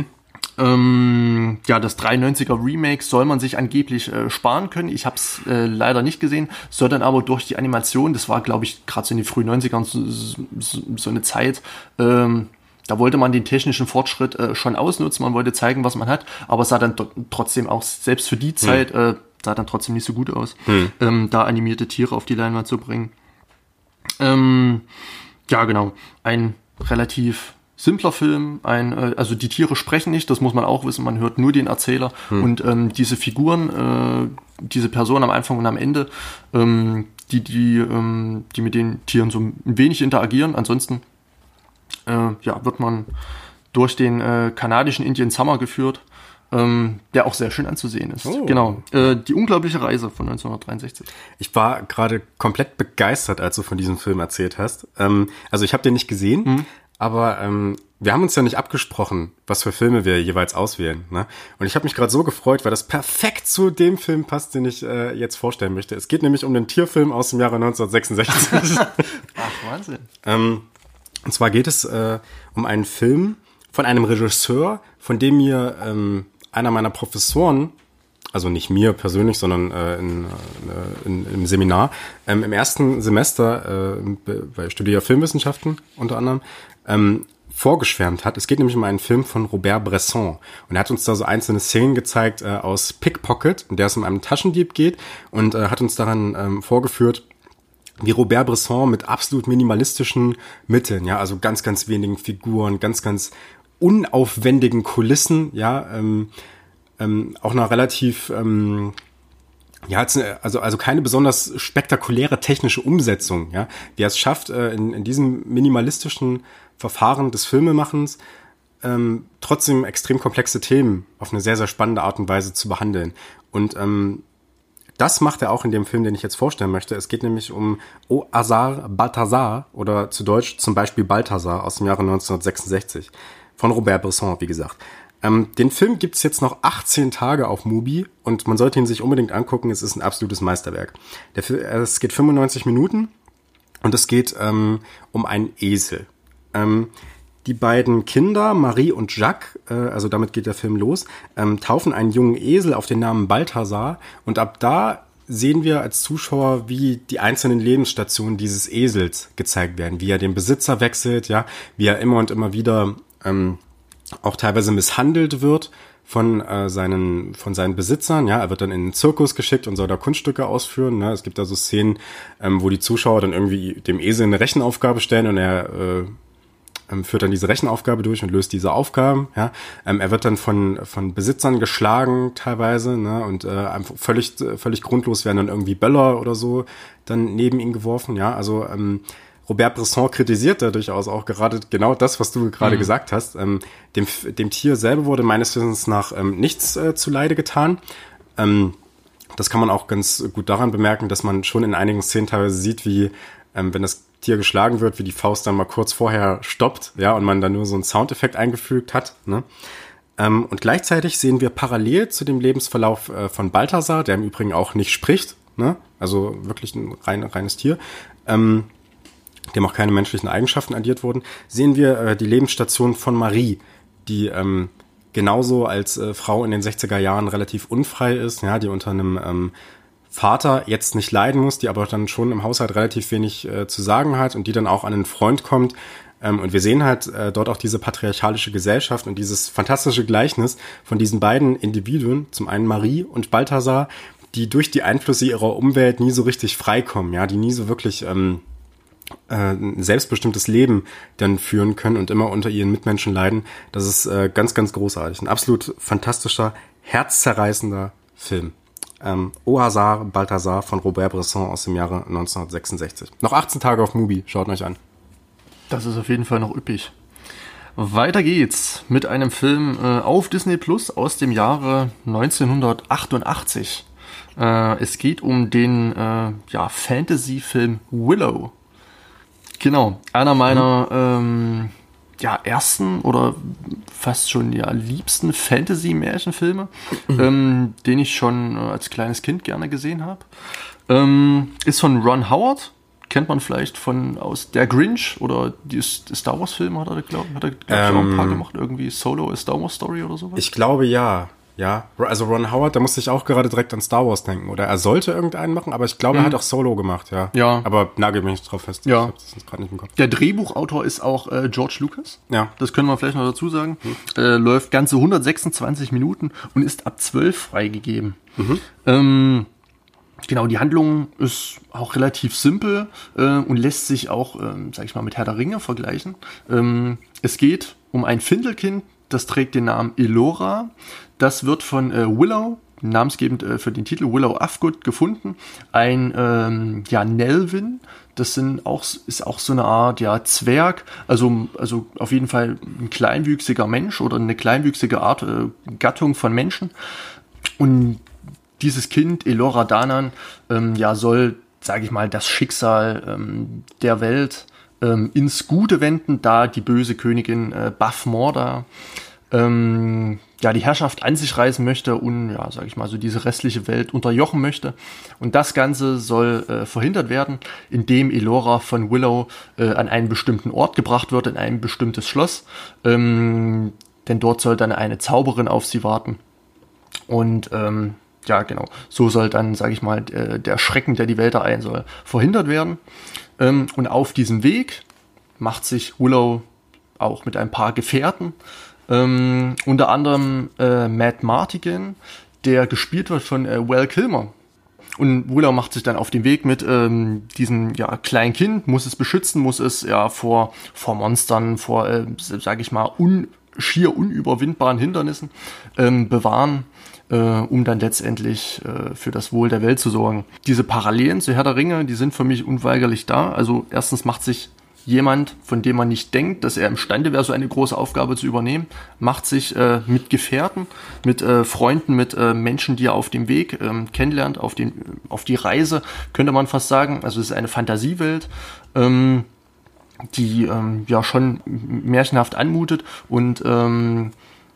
Das 93er Remake soll man sich angeblich sparen können. Ich habe es leider nicht gesehen, soll dann aber durch die Animation, das war glaube ich gerade so in den frühen 90ern so eine Zeit, da wollte man den technischen Fortschritt schon ausnutzen, man wollte zeigen, was man hat, aber es sah dann trotzdem auch, selbst für die Zeit, sah dann trotzdem nicht so gut aus, da animierte Tiere auf die Leinwand zu bringen. Genau, ein relativ simpler Film, also die Tiere sprechen nicht, das muss man auch wissen, man hört nur den Erzähler und diese Figuren, diese Personen am Anfang und am Ende, die mit den Tieren so ein wenig interagieren, ansonsten wird man durch den kanadischen Indian Summer geführt, der auch sehr schön anzusehen ist. Oh. Genau, die unglaubliche Reise von 1963. Ich war gerade komplett begeistert, als du von diesem Film erzählt hast. Also ich habe den nicht gesehen, aber wir haben uns ja nicht abgesprochen, was für Filme wir jeweils auswählen. Ne? Und ich habe mich gerade so gefreut, weil das perfekt zu dem Film passt, den ich jetzt vorstellen möchte. Es geht nämlich um den Tierfilm aus dem Jahre 1966. Ach, Wahnsinn. Und zwar geht es um einen Film von einem Regisseur, von dem mir einer meiner Professoren, also nicht mir persönlich, sondern im Seminar, im ersten Semester, weil ich studiere Filmwissenschaften unter anderem, vorgeschwärmt hat. Es geht nämlich um einen Film von Robert Bresson. Und er hat uns da so einzelne Szenen gezeigt aus Pickpocket, in der es um einen Taschendieb geht und hat uns daran vorgeführt, wie Robert Bresson mit absolut minimalistischen Mitteln, ja, also ganz, ganz wenigen Figuren, ganz, ganz unaufwendigen Kulissen, ja, auch einer relativ, also keine besonders spektakuläre technische Umsetzung, ja, wie er es schafft, in diesem minimalistischen Verfahren des Filmemachens trotzdem extrem komplexe Themen auf eine sehr, sehr spannende Art und Weise zu behandeln. Und das macht er auch in dem Film, den ich jetzt vorstellen möchte. Es geht nämlich um Au hasard Balthazar oder zu Deutsch zum Beispiel Balthazar aus dem Jahre 1966 von Robert Bresson, wie gesagt. Den Film gibt's jetzt noch 18 Tage auf Mubi und man sollte ihn sich unbedingt angucken. Es ist ein absolutes Meisterwerk. Es geht 95 Minuten und es geht um einen Esel. Die beiden Kinder, Marie und Jacques, also damit geht der Film los, taufen einen jungen Esel auf den Namen Balthazar und ab da sehen wir als Zuschauer, wie die einzelnen Lebensstationen dieses Esels gezeigt werden, wie er den Besitzer wechselt, ja, wie er immer und immer wieder auch teilweise misshandelt wird von seinen Besitzern, ja, er wird dann in den Zirkus geschickt und soll da Kunststücke ausführen, ne? Es gibt da so Szenen, wo die Zuschauer dann irgendwie dem Esel eine Rechenaufgabe stellen und er führt dann diese Rechenaufgabe durch und löst diese Aufgaben, ja. Er wird dann von Besitzern geschlagen teilweise, ne, und einfach völlig grundlos werden dann irgendwie Böller oder so dann neben ihn geworfen, ja. Also Robert Bresson kritisiert da durchaus auch gerade genau das, was du gerade gesagt hast. Dem Tier selber wurde meines Wissens nach nichts zuleide getan. Das kann man auch ganz gut daran bemerken, dass man schon in einigen Szenen teilweise sieht, wie wenn das Tier geschlagen wird, wie die Faust dann mal kurz vorher stoppt, ja, und man dann nur so einen Soundeffekt eingefügt hat, ne? Und gleichzeitig sehen wir parallel zu dem Lebensverlauf von Balthasar, der im Übrigen auch nicht spricht, ne? Also wirklich ein reines Tier, dem auch keine menschlichen Eigenschaften addiert wurden, sehen wir die Lebensstation von Marie, die genauso als Frau in den 60er Jahren relativ unfrei ist, ja, die unter einem Vater jetzt nicht leiden muss, die aber dann schon im Haushalt relativ wenig zu sagen hat und die dann auch an einen Freund kommt. Und wir sehen halt dort auch diese patriarchalische Gesellschaft und dieses fantastische Gleichnis von diesen beiden Individuen, zum einen Marie und Balthasar, die durch die Einflüsse ihrer Umwelt nie so richtig freikommen, ja, die nie so wirklich ein selbstbestimmtes Leben dann führen können und immer unter ihren Mitmenschen leiden. Das ist ganz, ganz großartig. Ein absolut fantastischer, herzzerreißender Film. Au hasard, Balthasar von Robert Bresson aus dem Jahre 1966. Noch 18 Tage auf Mubi, schaut euch an. Das ist auf jeden Fall noch üppig. Weiter geht's mit einem Film auf Disney Plus aus dem Jahre 1988. Es geht um den Fantasy-Film Willow. Genau, einer meiner ersten oder fast schon liebsten Fantasy-Märchenfilme, den ich schon als kleines Kind gerne gesehen habe. Ist von Ron Howard, kennt man vielleicht aus Der Grinch oder die Star Wars Filme hat er auch ein paar gemacht, irgendwie Solo, A Star Wars Story oder sowas. Ich glaube ja. Ja, also Ron Howard, da musste ich auch gerade direkt an Star Wars denken. Oder er sollte irgendeinen machen, aber ich glaube, er hat auch Solo gemacht, ja. Ja. Aber nagel mich nicht drauf fest. Ja. Ich hab das gerade nicht im Kopf. Der Drehbuchautor ist auch George Lucas. Ja. Das können wir vielleicht noch dazu sagen. Läuft ganze 126 Minuten und ist ab 12 freigegeben. Genau, die Handlung ist auch relativ simpel und lässt sich auch, mit Herr der Ringe vergleichen. Es geht um ein Findelkind, das trägt den Namen Elora. Das wird von Willow, namensgebend für den Titel Willow Ufgood, gefunden. Ein Nelvin, das ist auch so eine Art Zwerg, also auf jeden Fall ein kleinwüchsiger Mensch oder eine kleinwüchsige Art Gattung von Menschen. Und dieses Kind, Elora Danan, soll, das Schicksal der Welt ins Gute wenden, da die böse Königin Bath Morda die Herrschaft an sich reißen möchte und, so diese restliche Welt unterjochen möchte. Und das Ganze soll verhindert werden, indem Elora von Willow an einen bestimmten Ort gebracht wird, in ein bestimmtes Schloss. Denn dort soll dann eine Zauberin auf sie warten. Und so soll dann, der Schrecken, der die Welt ereilen soll, verhindert werden. Und auf diesem Weg macht sich Willow auch mit ein paar Gefährten, unter anderem Matt Mardigan, der gespielt wird von Val Kilmer. Und Willow macht sich dann auf den Weg mit diesem kleinen Kind, muss es beschützen, muss es vor Monstern, vor, schier unüberwindbaren Hindernissen bewahren, um dann letztendlich für das Wohl der Welt zu sorgen. Diese Parallelen zu Herr der Ringe, die sind für mich unweigerlich da. Also erstens macht sich jemand, von dem man nicht denkt, dass er imstande wäre, so eine große Aufgabe zu übernehmen, macht sich mit Gefährten, mit Freunden, mit Menschen, die er auf dem Weg kennenlernt, auf die Reise, könnte man fast sagen. Also es ist eine Fantasiewelt, die schon märchenhaft anmutet und so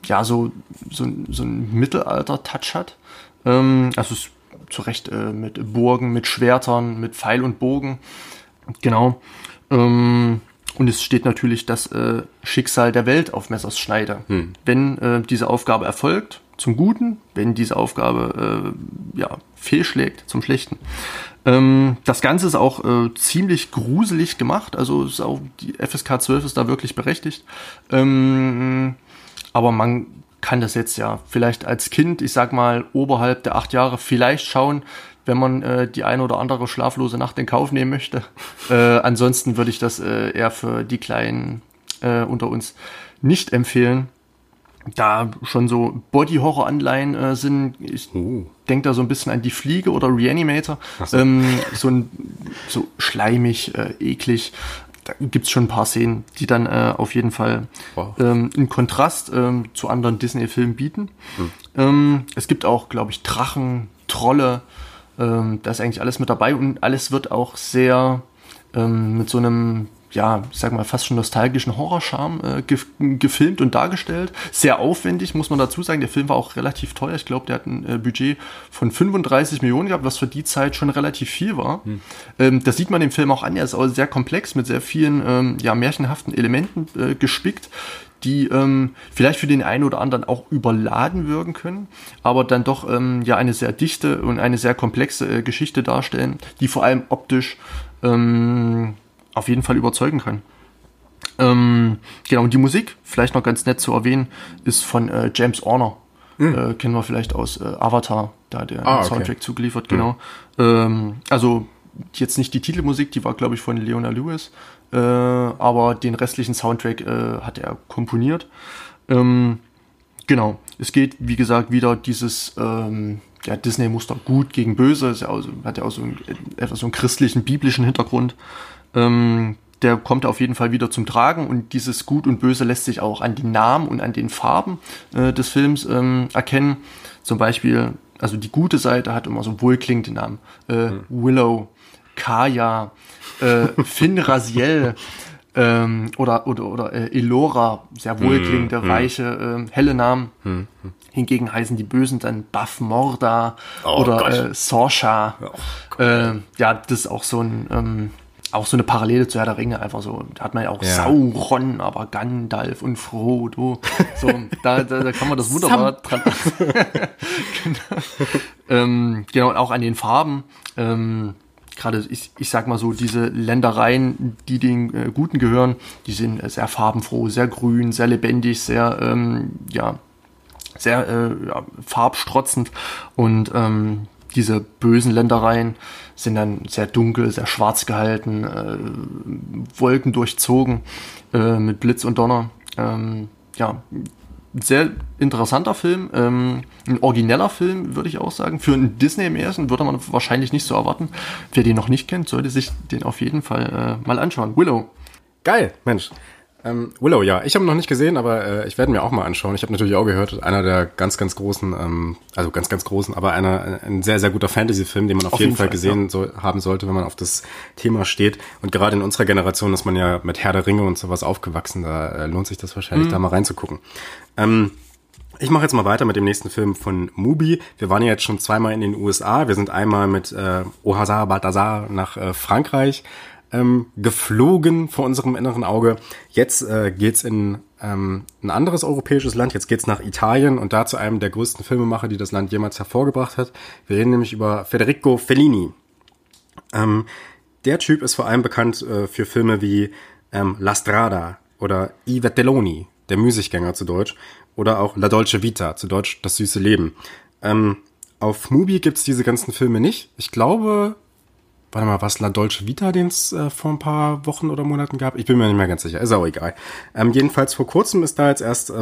ein Mittelalter-Touch hat. Also es ist zu Recht mit Burgen, mit Schwertern, mit Pfeil und Bogen. Genau. Und es steht natürlich das Schicksal der Welt auf Messers Schneide. Wenn diese Aufgabe erfolgt, zum Guten, wenn diese Aufgabe fehlschlägt, zum Schlechten. Das Ganze ist auch ziemlich gruselig gemacht, also ist auch die FSK 12 ist da wirklich berechtigt. Aber man kann das jetzt vielleicht als Kind, ich sag mal oberhalb der 8 Jahre vielleicht schauen, wenn man die eine oder andere schlaflose Nacht in Kauf nehmen möchte. Ansonsten würde ich das eher für die Kleinen unter uns nicht empfehlen. Da schon so Body-Horror-Anleihen sind. Ich denke da so ein bisschen an Die Fliege oder Reanimator. So schleimig, eklig. Da gibt's schon ein paar Szenen, die dann auf jeden Fall einen Kontrast zu anderen Disney-Filmen bieten. Es gibt auch, glaube ich, Drachen, Trolle. Da ist eigentlich alles mit dabei und alles wird auch sehr mit so einem, ja, ich sag mal, fast schon nostalgischen Horrorcharme gefilmt und dargestellt. Sehr aufwendig, muss man dazu sagen. Der Film war auch relativ teuer. Ich glaube, der hat ein Budget von 35 Millionen gehabt, was für die Zeit schon relativ viel war. Das sieht man dem Film auch an. Er ist auch sehr komplex, mit sehr vielen märchenhaften Elementen gespickt, die vielleicht für den einen oder anderen auch überladen wirken können, aber dann doch eine sehr dichte und eine sehr komplexe Geschichte darstellen, die vor allem optisch auf jeden Fall überzeugen kann. Genau, und die Musik, vielleicht noch ganz nett zu erwähnen, ist von James Horner. Kennen wir vielleicht aus Avatar, da hat er Soundtrack zugeliefert, genau. Also jetzt nicht die Titelmusik, die war, glaube ich, von Leona Lewis, aber den restlichen Soundtrack hat er komponiert. Genau, es geht, wie gesagt, wieder dieses Disney-Muster gut gegen böse, hat ja auch so einen christlichen, biblischen Hintergrund. Der kommt auf jeden Fall wieder zum Tragen und dieses Gut und Böse lässt sich auch an den Namen und an den Farben des Films erkennen. Zum Beispiel, also die gute Seite hat immer so wohlklingende Namen. Willow, Kaya, Finn Raziel oder Elora, sehr wohlklingende, weiche, helle Namen. Hingegen heißen die Bösen dann Baff Morda oder Sorsha. Das ist auch so eine Parallele zu Herr der Ringe, einfach so, da hat man ja auch Sauron, aber Gandalf und Frodo, so, da kann man das wunderbar dran, genau, und auch an den Farben, gerade, ich sag mal so, diese Ländereien, die den Guten gehören, die sind sehr farbenfroh, sehr grün, sehr lebendig, sehr, farbstrotzend und, diese bösen Ländereien sind dann sehr dunkel, sehr schwarz gehalten, Wolken durchzogen, mit Blitz und Donner. Sehr interessanter Film, ein origineller Film, würde ich auch sagen. Für einen Disney-Märchen würde man wahrscheinlich nicht so erwarten. Wer den noch nicht kennt, sollte sich den auf jeden Fall mal anschauen. Willow. Geil, Mensch. Willow, ja. Ich habe ihn noch nicht gesehen, aber ich werde mir auch mal anschauen. Ich habe natürlich auch gehört, einer der ganz, ganz großen, aber ein sehr, sehr guter Fantasy-Film, den man auf jeden Fall gesehen haben sollte, wenn man auf das Thema steht. Und gerade in unserer Generation ist man ja mit Herr der Ringe und sowas aufgewachsen. Da lohnt sich das wahrscheinlich, da mal reinzugucken. Ich mache jetzt mal weiter mit dem nächsten Film von Mubi. Wir waren ja jetzt schon zweimal in den USA. Wir sind einmal mit Ohazar Balthazar nach Frankreich geflogen vor unserem inneren Auge. Jetzt geht's in ein anderes europäisches Land. Jetzt geht's nach Italien und da zu einem der größten Filmemacher, die das Land jemals hervorgebracht hat. Wir reden nämlich über Federico Fellini. Der Typ ist vor allem bekannt für Filme wie La Strada oder I Vettelloni, der Müßiggänger zu Deutsch, oder auch La Dolce Vita, zu Deutsch Das süße Leben. Auf Mubi gibt's diese ganzen Filme nicht. Ich glaube, warte mal, was La Dolce Vita, den es vor ein paar Wochen oder Monaten gab? Ich bin mir nicht mehr ganz sicher, ist auch egal. Jedenfalls vor kurzem ist da jetzt erst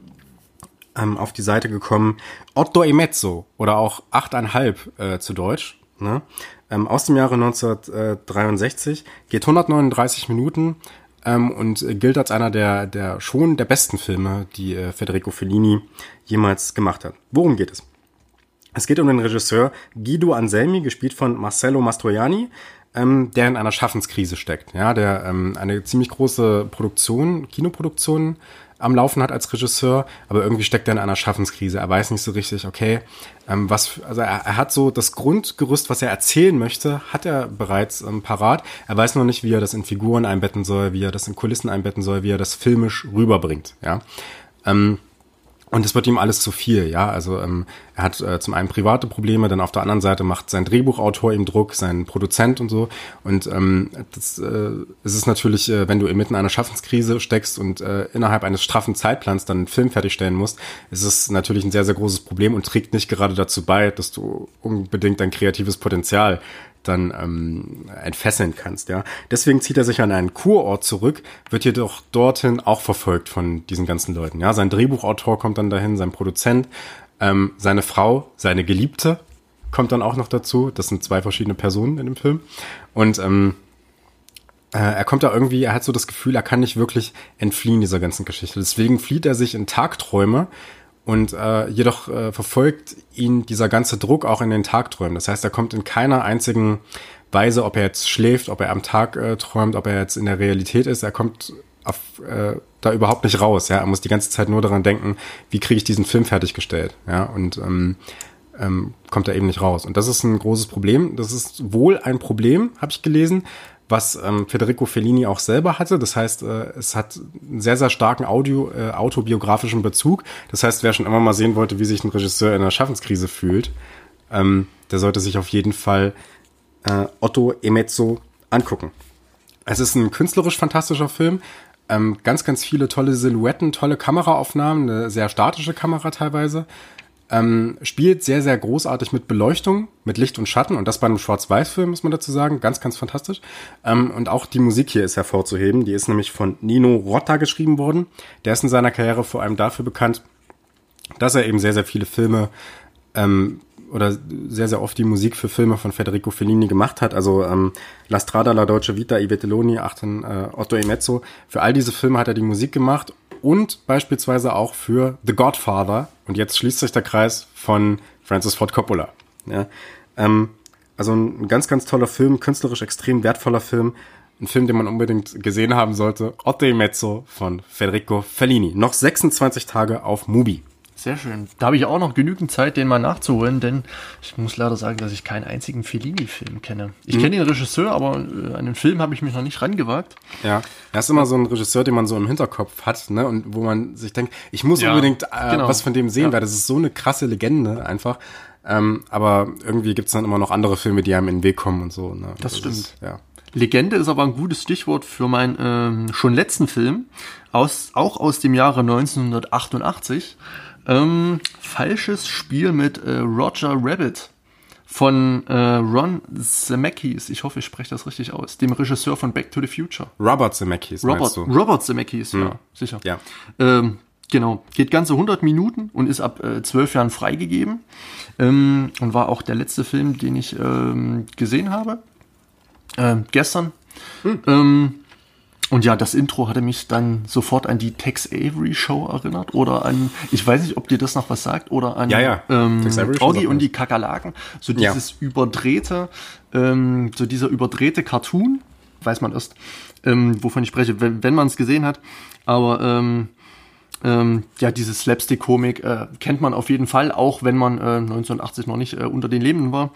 auf die Seite gekommen Otto e Mezzo oder auch 8,5 zu Deutsch, ne? Aus dem Jahre 1963, geht 139 Minuten und gilt als einer der besten Filme, die Federico Fellini jemals gemacht hat. Worum geht es? Es geht um den Regisseur Guido Anselmi, gespielt von Marcello Mastroianni, der in einer Schaffenskrise steckt. Ja, der eine ziemlich große Kinoproduktion am Laufen hat als Regisseur, aber irgendwie steckt er in einer Schaffenskrise. Er weiß nicht so richtig, okay, er hat so das Grundgerüst, was er erzählen möchte, hat er bereits parat. Er weiß noch nicht, wie er das in Figuren einbetten soll, wie er das in Kulissen einbetten soll, wie er das filmisch rüberbringt. Ja. Und es wird ihm alles zu viel, ja, also er hat zum einen private Probleme, dann auf der anderen Seite macht sein Drehbuchautor ihm Druck, sein Produzent und so, und es ist natürlich, wenn du inmitten einer Schaffenskrise steckst und innerhalb eines straffen Zeitplans dann einen Film fertigstellen musst, ist es natürlich ein sehr, sehr großes Problem und trägt nicht gerade dazu bei, dass du unbedingt dein kreatives Potenzial dann entfesseln kannst, ja. Deswegen zieht er sich an einen Kurort zurück, wird jedoch dorthin auch verfolgt von diesen ganzen Leuten, ja. Sein Drehbuchautor kommt dann dahin, sein Produzent, seine Frau, seine Geliebte kommt dann auch noch dazu. Das sind 2 verschiedene Personen in dem Film. Und er kommt da irgendwie, er hat so das Gefühl, er kann nicht wirklich entfliehen dieser ganzen Geschichte. Deswegen flieht er sich in Tagträume Und jedoch verfolgt ihn dieser ganze Druck auch in den Tagträumen. Das heißt, er kommt in keiner einzigen Weise, ob er jetzt schläft, ob er am Tag träumt, ob er jetzt in der Realität ist, er kommt da überhaupt nicht raus. Ja? Er muss die ganze Zeit nur daran denken, wie kriege ich diesen Film fertiggestellt. Ja? Und kommt er eben nicht raus. Und das ist ein großes Problem. Das ist wohl ein Problem, habe ich gelesen, was Federico Fellini auch selber hatte. Das heißt, es hat einen sehr, sehr starken autobiografischen Bezug. Das heißt, wer schon immer mal sehen wollte, wie sich ein Regisseur in einer Schaffenskrise fühlt, der sollte sich auf jeden Fall Otto Emezzo angucken. Es ist ein künstlerisch fantastischer Film. Ganz, ganz viele tolle Silhouetten, tolle Kameraaufnahmen, eine sehr statische Kamera teilweise. Spielt sehr, sehr großartig mit Beleuchtung, mit Licht und Schatten und das bei einem Schwarz-Weiß-Film, muss man dazu sagen. Ganz, ganz fantastisch. Und auch die Musik hier ist hervorzuheben. Die ist nämlich von Nino Rota geschrieben worden. Der ist in seiner Karriere vor allem dafür bekannt, dass er eben sehr, sehr viele Filme oder sehr, sehr oft die Musik für Filme von Federico Fellini gemacht hat. Also La Strada, La Dolce Vita, I Vitelloni, Otto Emezzo. Für all diese Filme hat er die Musik gemacht und beispielsweise auch für The Godfather. Und jetzt schließt sich der Kreis von Francis Ford Coppola. Ja? Also ein ganz, ganz toller Film, künstlerisch extrem wertvoller Film. Ein Film, den man unbedingt gesehen haben sollte. Otto Emezzo von Federico Fellini. Noch 26 Tage auf Mubi. Sehr schön. Da habe ich auch noch genügend Zeit, den mal nachzuholen, denn ich muss leider sagen, dass ich keinen einzigen Fellini-Film kenne. Ich kenne den Regisseur, aber an den Film habe ich mich noch nicht rangewagt. Ja, er ist immer so ein Regisseur, den man so im Hinterkopf hat, ne, und wo man sich denkt, ich muss unbedingt was von dem sehen, weil das ist so eine krasse Legende einfach. Aber irgendwie gibt es dann immer noch andere Filme, die einem in den Weg kommen und so. Ne? Das stimmt. Legende ist aber ein gutes Stichwort für meinen schon letzten Film, auch aus dem Jahre 1988. Falsches Spiel mit Roger Rabbit von Ron Zemeckis. Ich hoffe, ich spreche das richtig aus. Dem Regisseur von Back to the Future. Robert Zemeckis, meinst du? Robert Zemeckis, ja, sicher. Ja. Genau. Geht ganze 100 Minuten und ist ab 12 Jahren freigegeben. Und war auch der letzte Film, den ich gesehen habe. Gestern. Und ja, das Intro hatte mich dann sofort an die Tex Avery Show erinnert oder an, ich weiß nicht, ob dir das noch was sagt, oder an Augie und die Kakerlaken. So dieses überdrehte, so dieser überdrehte Cartoon, weiß man erst, wovon ich spreche, wenn man es gesehen hat. Aber diese Slapstick-Komik kennt man auf jeden Fall, auch wenn man 1980 noch nicht unter den Lebenden war.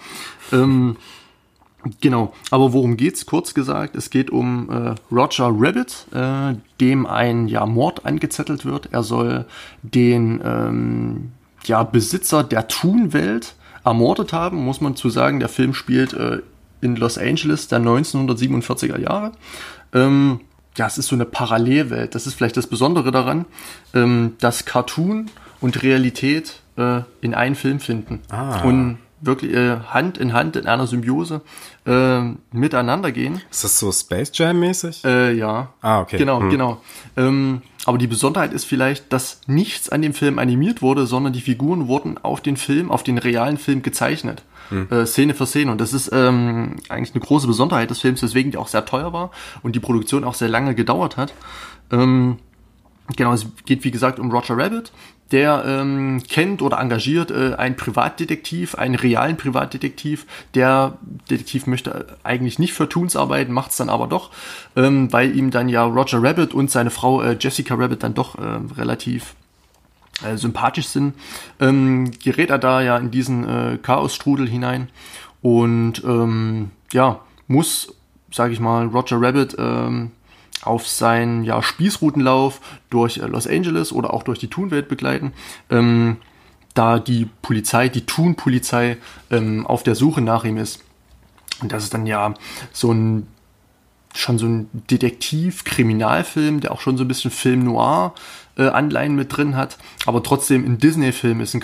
Genau, aber worum geht's? Kurz gesagt, es geht um Roger Rabbit, dem ein Mord angezettelt wird. Er soll den Besitzer der Toon-Welt ermordet haben, muss man zu sagen. Der Film spielt in Los Angeles der 1947er Jahre. Es ist so eine Parallelwelt. Das ist vielleicht das Besondere daran, dass Cartoon und Realität in einen Film finden. Und wirklich Hand in einer Symbiose miteinander gehen. Ist das so Space Jam-mäßig? Ja. Okay. Genau. Aber die Besonderheit ist vielleicht, dass nichts an dem Film animiert wurde, sondern die Figuren wurden auf den realen Film gezeichnet. Szene für Szene. Und das ist eigentlich eine große Besonderheit des Films, weswegen die auch sehr teuer war und die Produktion auch sehr lange gedauert hat. Genau, es geht wie gesagt um Roger Rabbit. Der kennt oder engagiert einen Privatdetektiv, einen realen Privatdetektiv. Der Detektiv möchte eigentlich nicht für Toons arbeiten, macht es dann aber doch, weil ihm dann Roger Rabbit und seine Frau Jessica Rabbit dann doch relativ sympathisch sind. Gerät er da in diesen Chaosstrudel hinein und muss, sage ich mal, Roger Rabbit auf seinen Spießrutenlauf durch Los Angeles oder auch durch die Toon-Welt begleiten, da die Toon-Polizei auf der Suche nach ihm ist. Und das ist dann so ein Detektiv-Kriminalfilm, der auch schon so ein bisschen Film Noir Anleihen mit drin hat, aber trotzdem ein Disney-Film ist, ein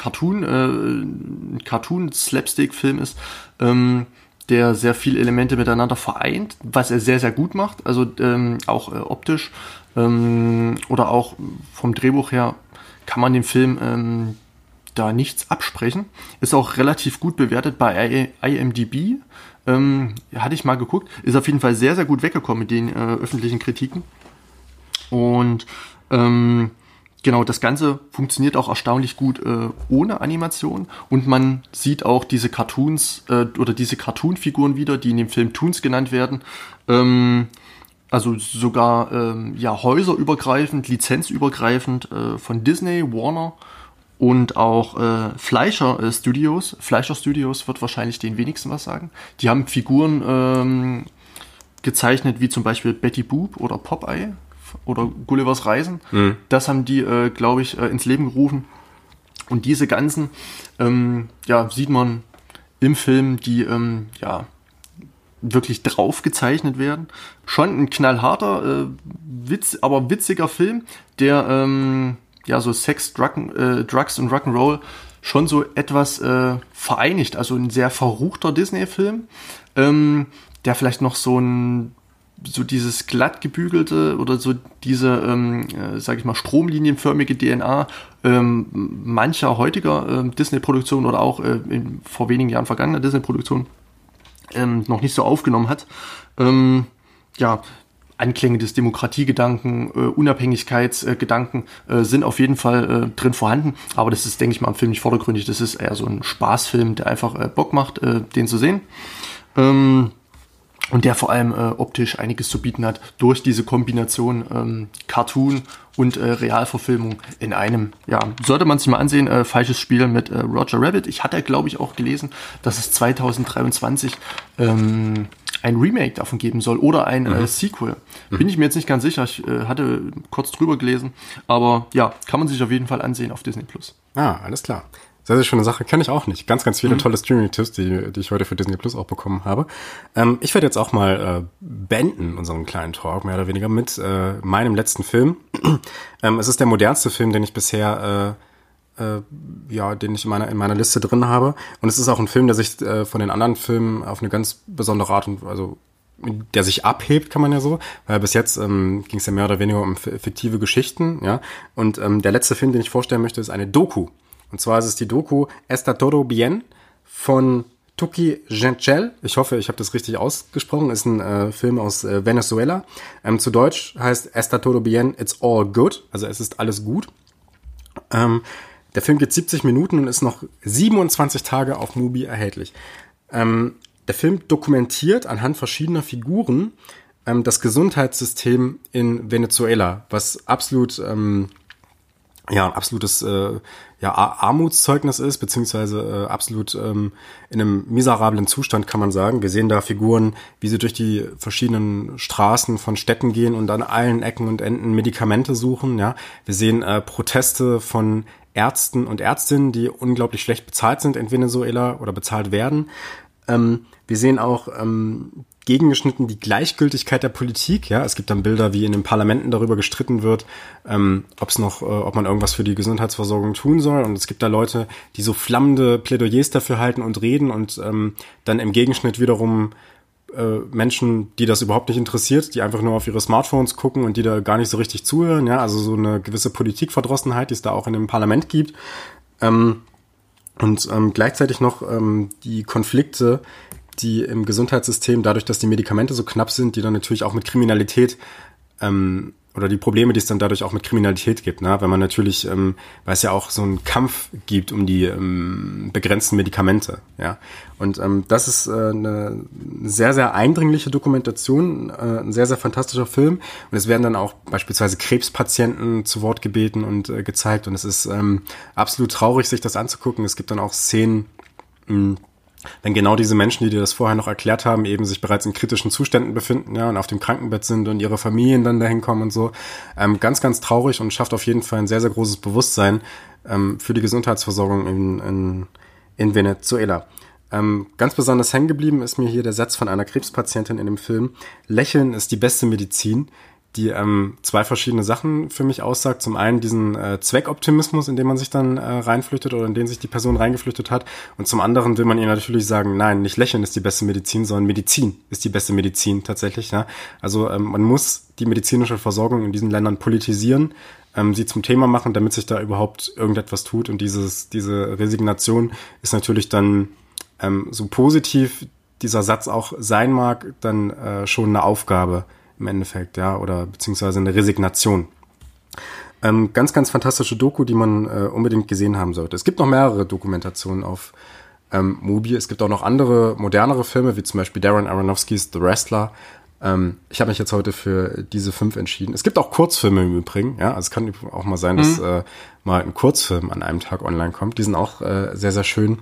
Cartoon-Slapstick-Film ist, der sehr viele Elemente miteinander vereint, was er sehr, sehr gut macht, also auch optisch oder auch vom Drehbuch her kann man dem Film da nichts absprechen. Ist auch relativ gut bewertet bei IMDb, hatte ich mal geguckt, ist auf jeden Fall sehr, sehr gut weggekommen mit den öffentlichen Kritiken und Genau, das Ganze funktioniert auch erstaunlich gut ohne Animation und man sieht auch diese Cartoons oder diese Cartoon-Figuren wieder, die in dem Film Toons genannt werden. Also sogar häuserübergreifend, lizenzübergreifend von Disney, Warner und auch Fleischer Studios. Fleischer Studios wird wahrscheinlich den wenigsten was sagen. Die haben Figuren gezeichnet, wie zum Beispiel Betty Boop oder Popeye oder Gullivers Reisen. Das haben die, glaube ich, ins Leben gerufen. Und diese ganzen, sieht man im Film, die, wirklich drauf gezeichnet werden. Schon ein knallharter, aber witziger Film, der, so Sex, Drugs und Rock'n'Roll schon so etwas vereinigt. Also ein sehr verruchter Disney-Film, der vielleicht noch so dieses glatt gebügelte oder so diese, stromlinienförmige DNA mancher heutiger Disney-Produktion oder auch vor wenigen Jahren vergangener Disney-Produktion noch nicht so aufgenommen hat. Anklänge des Demokratiegedanken, Unabhängigkeitsgedanken sind auf jeden Fall drin vorhanden, aber das ist, denke ich mal, im Film nicht vordergründig. Das ist eher so ein Spaßfilm, der einfach Bock macht, den zu sehen. Und der vor allem optisch einiges zu bieten hat durch diese Kombination Cartoon und Realverfilmung in einem. Ja, sollte man sich mal ansehen, falsches Spiel mit Roger Rabbit. Ich hatte, glaube ich, auch gelesen, dass es 2023 ein Remake davon geben soll oder ein Sequel. Bin ich mir jetzt nicht ganz sicher. Ich hatte kurz drüber gelesen. Aber ja, kann man sich auf jeden Fall ansehen auf Disney+. Ah, alles klar. Sehr, sehr schöne Sache, kenne ich auch nicht. Ganz, ganz viele tolle Streaming-Tipps, die ich heute für Disney Plus auch bekommen habe. Ich werde jetzt auch mal beenden, unseren kleinen Talk, mehr oder weniger, mit meinem letzten Film. Es ist der modernste Film, den ich bisher, den ich in meiner Liste drin habe. Und es ist auch ein Film, der sich von den anderen Filmen auf eine ganz besondere Art und der sich abhebt, kann man ja so, weil bis jetzt ging es ja mehr oder weniger um fiktive Geschichten, ja. Und der letzte Film, den ich vorstellen möchte, ist eine Doku. Und zwar ist es die Doku Está Todo Bien von Tuki Gentile. Ich hoffe, ich habe das richtig ausgesprochen. Ist ein Film aus Venezuela. Zu Deutsch heißt Está Todo Bien, It's All Good. Also es ist alles gut. Der Film geht 70 Minuten und ist noch 27 Tage auf Mubi erhältlich. Der Film dokumentiert anhand verschiedener Figuren das Gesundheitssystem in Venezuela, was absolutes Armutszeugnis ist, beziehungsweise absolut in einem miserablen Zustand, kann man sagen. Wir sehen da Figuren, wie sie durch die verschiedenen Straßen von Städten gehen und an allen Ecken und Enden Medikamente suchen. Ja, wir sehen Proteste von Ärzten und Ärztinnen, die unglaublich schlecht bezahlt sind in Venezuela oder bezahlt werden. Wir sehen auch gegengeschnitten die Gleichgültigkeit der Politik. Ja, es gibt dann Bilder, wie in den Parlamenten darüber gestritten wird, ob man irgendwas für die Gesundheitsversorgung tun soll. Und es gibt da Leute, die so flammende Plädoyers dafür halten und reden und dann im Gegenschnitt wiederum Menschen, die das überhaupt nicht interessiert, die einfach nur auf ihre Smartphones gucken und die da gar nicht so richtig zuhören. Ja, also so eine gewisse Politikverdrossenheit, die es da auch in dem Parlament gibt. Gleichzeitig noch die Konflikte, die im Gesundheitssystem, dadurch, dass die Medikamente so knapp sind, die dann natürlich auch mit Kriminalität oder die Probleme, die es dann dadurch auch mit Kriminalität gibt, ne? Wenn man natürlich, weil es ja auch so einen Kampf gibt um die begrenzten Medikamente, ja. Und das ist eine sehr, sehr eindringliche Dokumentation, ein sehr, sehr fantastischer Film. Und es werden dann auch beispielsweise Krebspatienten zu Wort gebeten und gezeigt. Und es ist absolut traurig, sich das anzugucken. Es gibt dann auch Szenen, wenn genau diese Menschen, die dir das vorher noch erklärt haben, eben sich bereits in kritischen Zuständen befinden, ja, und auf dem Krankenbett sind und ihre Familien dann dahin kommen und so. Ganz, ganz traurig und schafft auf jeden Fall ein sehr, sehr großes Bewusstsein für die Gesundheitsversorgung in Venezuela. Ganz besonders hängen geblieben ist mir hier der Satz von einer Krebspatientin in dem Film: Lächeln ist die beste Medizin, die zwei verschiedene Sachen für mich aussagt. Zum einen diesen Zweckoptimismus, in den man sich dann reinflüchtet oder in den sich die Person reingeflüchtet hat. Und zum anderen will man ihr natürlich sagen, nein, nicht Lächeln ist die beste Medizin, sondern Medizin ist die beste Medizin tatsächlich. Ja? Also man muss die medizinische Versorgung in diesen Ländern politisieren, sie zum Thema machen, damit sich da überhaupt irgendetwas tut. Und diese Resignation ist natürlich dann, so positiv dieser Satz auch sein mag, dann schon eine Aufgabe im Endeffekt, ja, oder beziehungsweise eine Resignation. Ganz, ganz fantastische Doku, die man unbedingt gesehen haben sollte. Es gibt noch mehrere Dokumentationen auf Mubi. Es gibt auch noch andere, modernere Filme, wie zum Beispiel Darren Aronofskys The Wrestler. Ich habe mich jetzt heute für diese 5 entschieden. Es gibt auch Kurzfilme im Übrigen. Ja? Also es kann auch mal sein, dass mal ein Kurzfilm an einem Tag online kommt. Die sind auch sehr, sehr schön.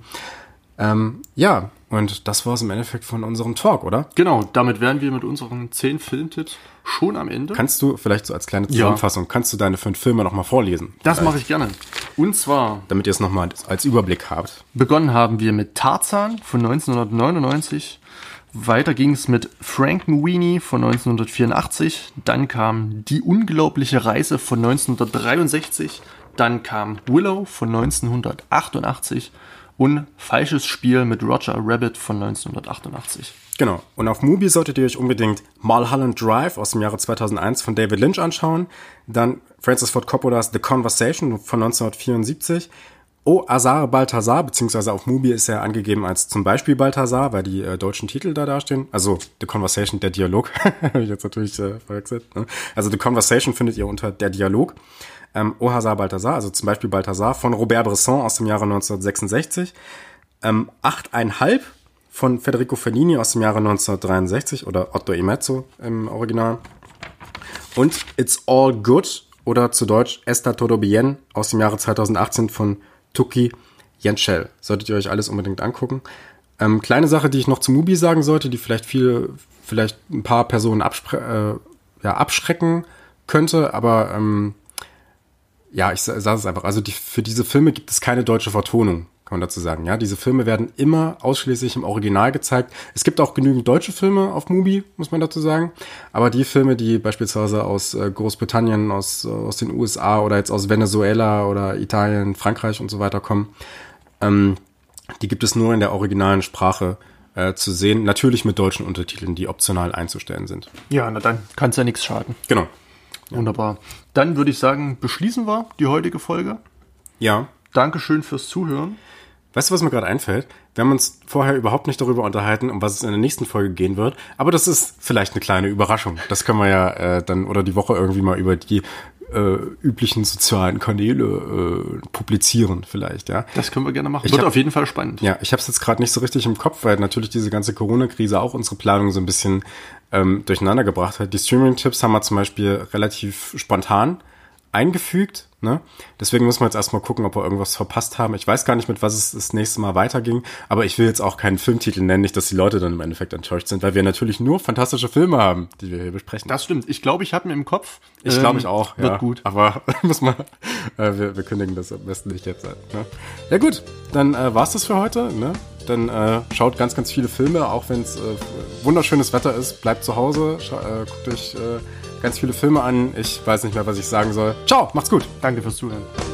Ja, und das war es im Endeffekt von unserem Talk, oder? Genau, damit wären wir mit unseren 10 Filmtipps schon am Ende. Kannst du vielleicht so als kleine Zusammenfassung, kannst du deine 5 Filme nochmal vorlesen? Das mache ich gerne. Und zwar... Damit ihr es nochmal als Überblick habt. Begonnen haben wir mit Tarzan von 1999. Weiter ging es mit Frankenweenie von 1984. Dann kam Die unglaubliche Reise von 1963. Dann kam Willow von 1988. Und Falsches Spiel mit Roger Rabbit von 1988. Genau. Und auf Mubi solltet ihr euch unbedingt Mulholland Drive aus dem Jahre 2001 von David Lynch anschauen. Dann Francis Ford Coppolas The Conversation von 1974. O Azar Balthazar, beziehungsweise auf Mubi ist er angegeben als zum Beispiel Balthazar, weil die deutschen Titel da dastehen. Also The Conversation, der Dialog. Habe ich jetzt natürlich verwechselt. Ne? Also The Conversation findet ihr unter der Dialog. O Hazar Balthazar, also zum Beispiel Balthazar, von Robert Bresson aus dem Jahre 1966. 8,5 von Federico Fellini aus dem Jahre 1963 oder Otto Emezzo im Original. Und It's All Good oder zu Deutsch Está Todo Bien aus dem Jahre 2018 von Tuki Jenschel. Solltet ihr euch alles unbedingt angucken. Kleine Sache, die ich noch zu Mubi sagen sollte, die vielleicht ein paar Personen abschrecken könnte, aber ja, ich sage es einfach. Also für diese Filme gibt es keine deutsche Vertonung, kann man dazu sagen. Ja, diese Filme werden immer ausschließlich im Original gezeigt. Es gibt auch genügend deutsche Filme auf Mubi, muss man dazu sagen. Aber die Filme, die beispielsweise aus Großbritannien, aus den USA oder jetzt aus Venezuela oder Italien, Frankreich und so weiter kommen, die gibt es nur in der originalen Sprache zu sehen. Natürlich mit deutschen Untertiteln, die optional einzustellen sind. Ja, na dann kann es ja nichts schaden. Genau. Ja. Wunderbar. Dann würde ich sagen, beschließen wir die heutige Folge. Ja. Dankeschön fürs Zuhören. Weißt du, was mir gerade einfällt? Wir haben uns vorher überhaupt nicht darüber unterhalten, um was es in der nächsten Folge gehen wird. Aber das ist vielleicht eine kleine Überraschung. Das können wir ja dann oder die Woche irgendwie mal über die üblichen sozialen Kanäle publizieren vielleicht, ja. Das können wir gerne machen. Wird auf jeden Fall spannend. Ja, ich habe es jetzt gerade nicht so richtig im Kopf, weil natürlich diese ganze Corona-Krise auch unsere Planung so ein bisschen durcheinander gebracht hat. Die Streaming-Tipps haben wir zum Beispiel relativ spontan eingefügt, ne? Deswegen müssen wir jetzt erstmal gucken, ob wir irgendwas verpasst haben. Ich weiß gar nicht, mit was es das nächste Mal weiterging, aber ich will jetzt auch keinen Filmtitel nennen, nicht, dass die Leute dann im Endeffekt enttäuscht sind, weil wir natürlich nur fantastische Filme haben, die wir hier besprechen. Das stimmt. Ich glaube, ich habe mir im Kopf. Ich glaube, ich auch. Wird ja. gut. Aber wir kündigen das am besten nicht jetzt an. Ne? Ja gut, dann war's das für heute. Ne? Dann schaut ganz, ganz viele Filme, auch wenn es wunderschönes Wetter ist. Bleibt zu Hause, guckt euch ganz viele Filme an. Ich weiß nicht mehr, was ich sagen soll. Ciao, macht's gut. Danke fürs Zuhören.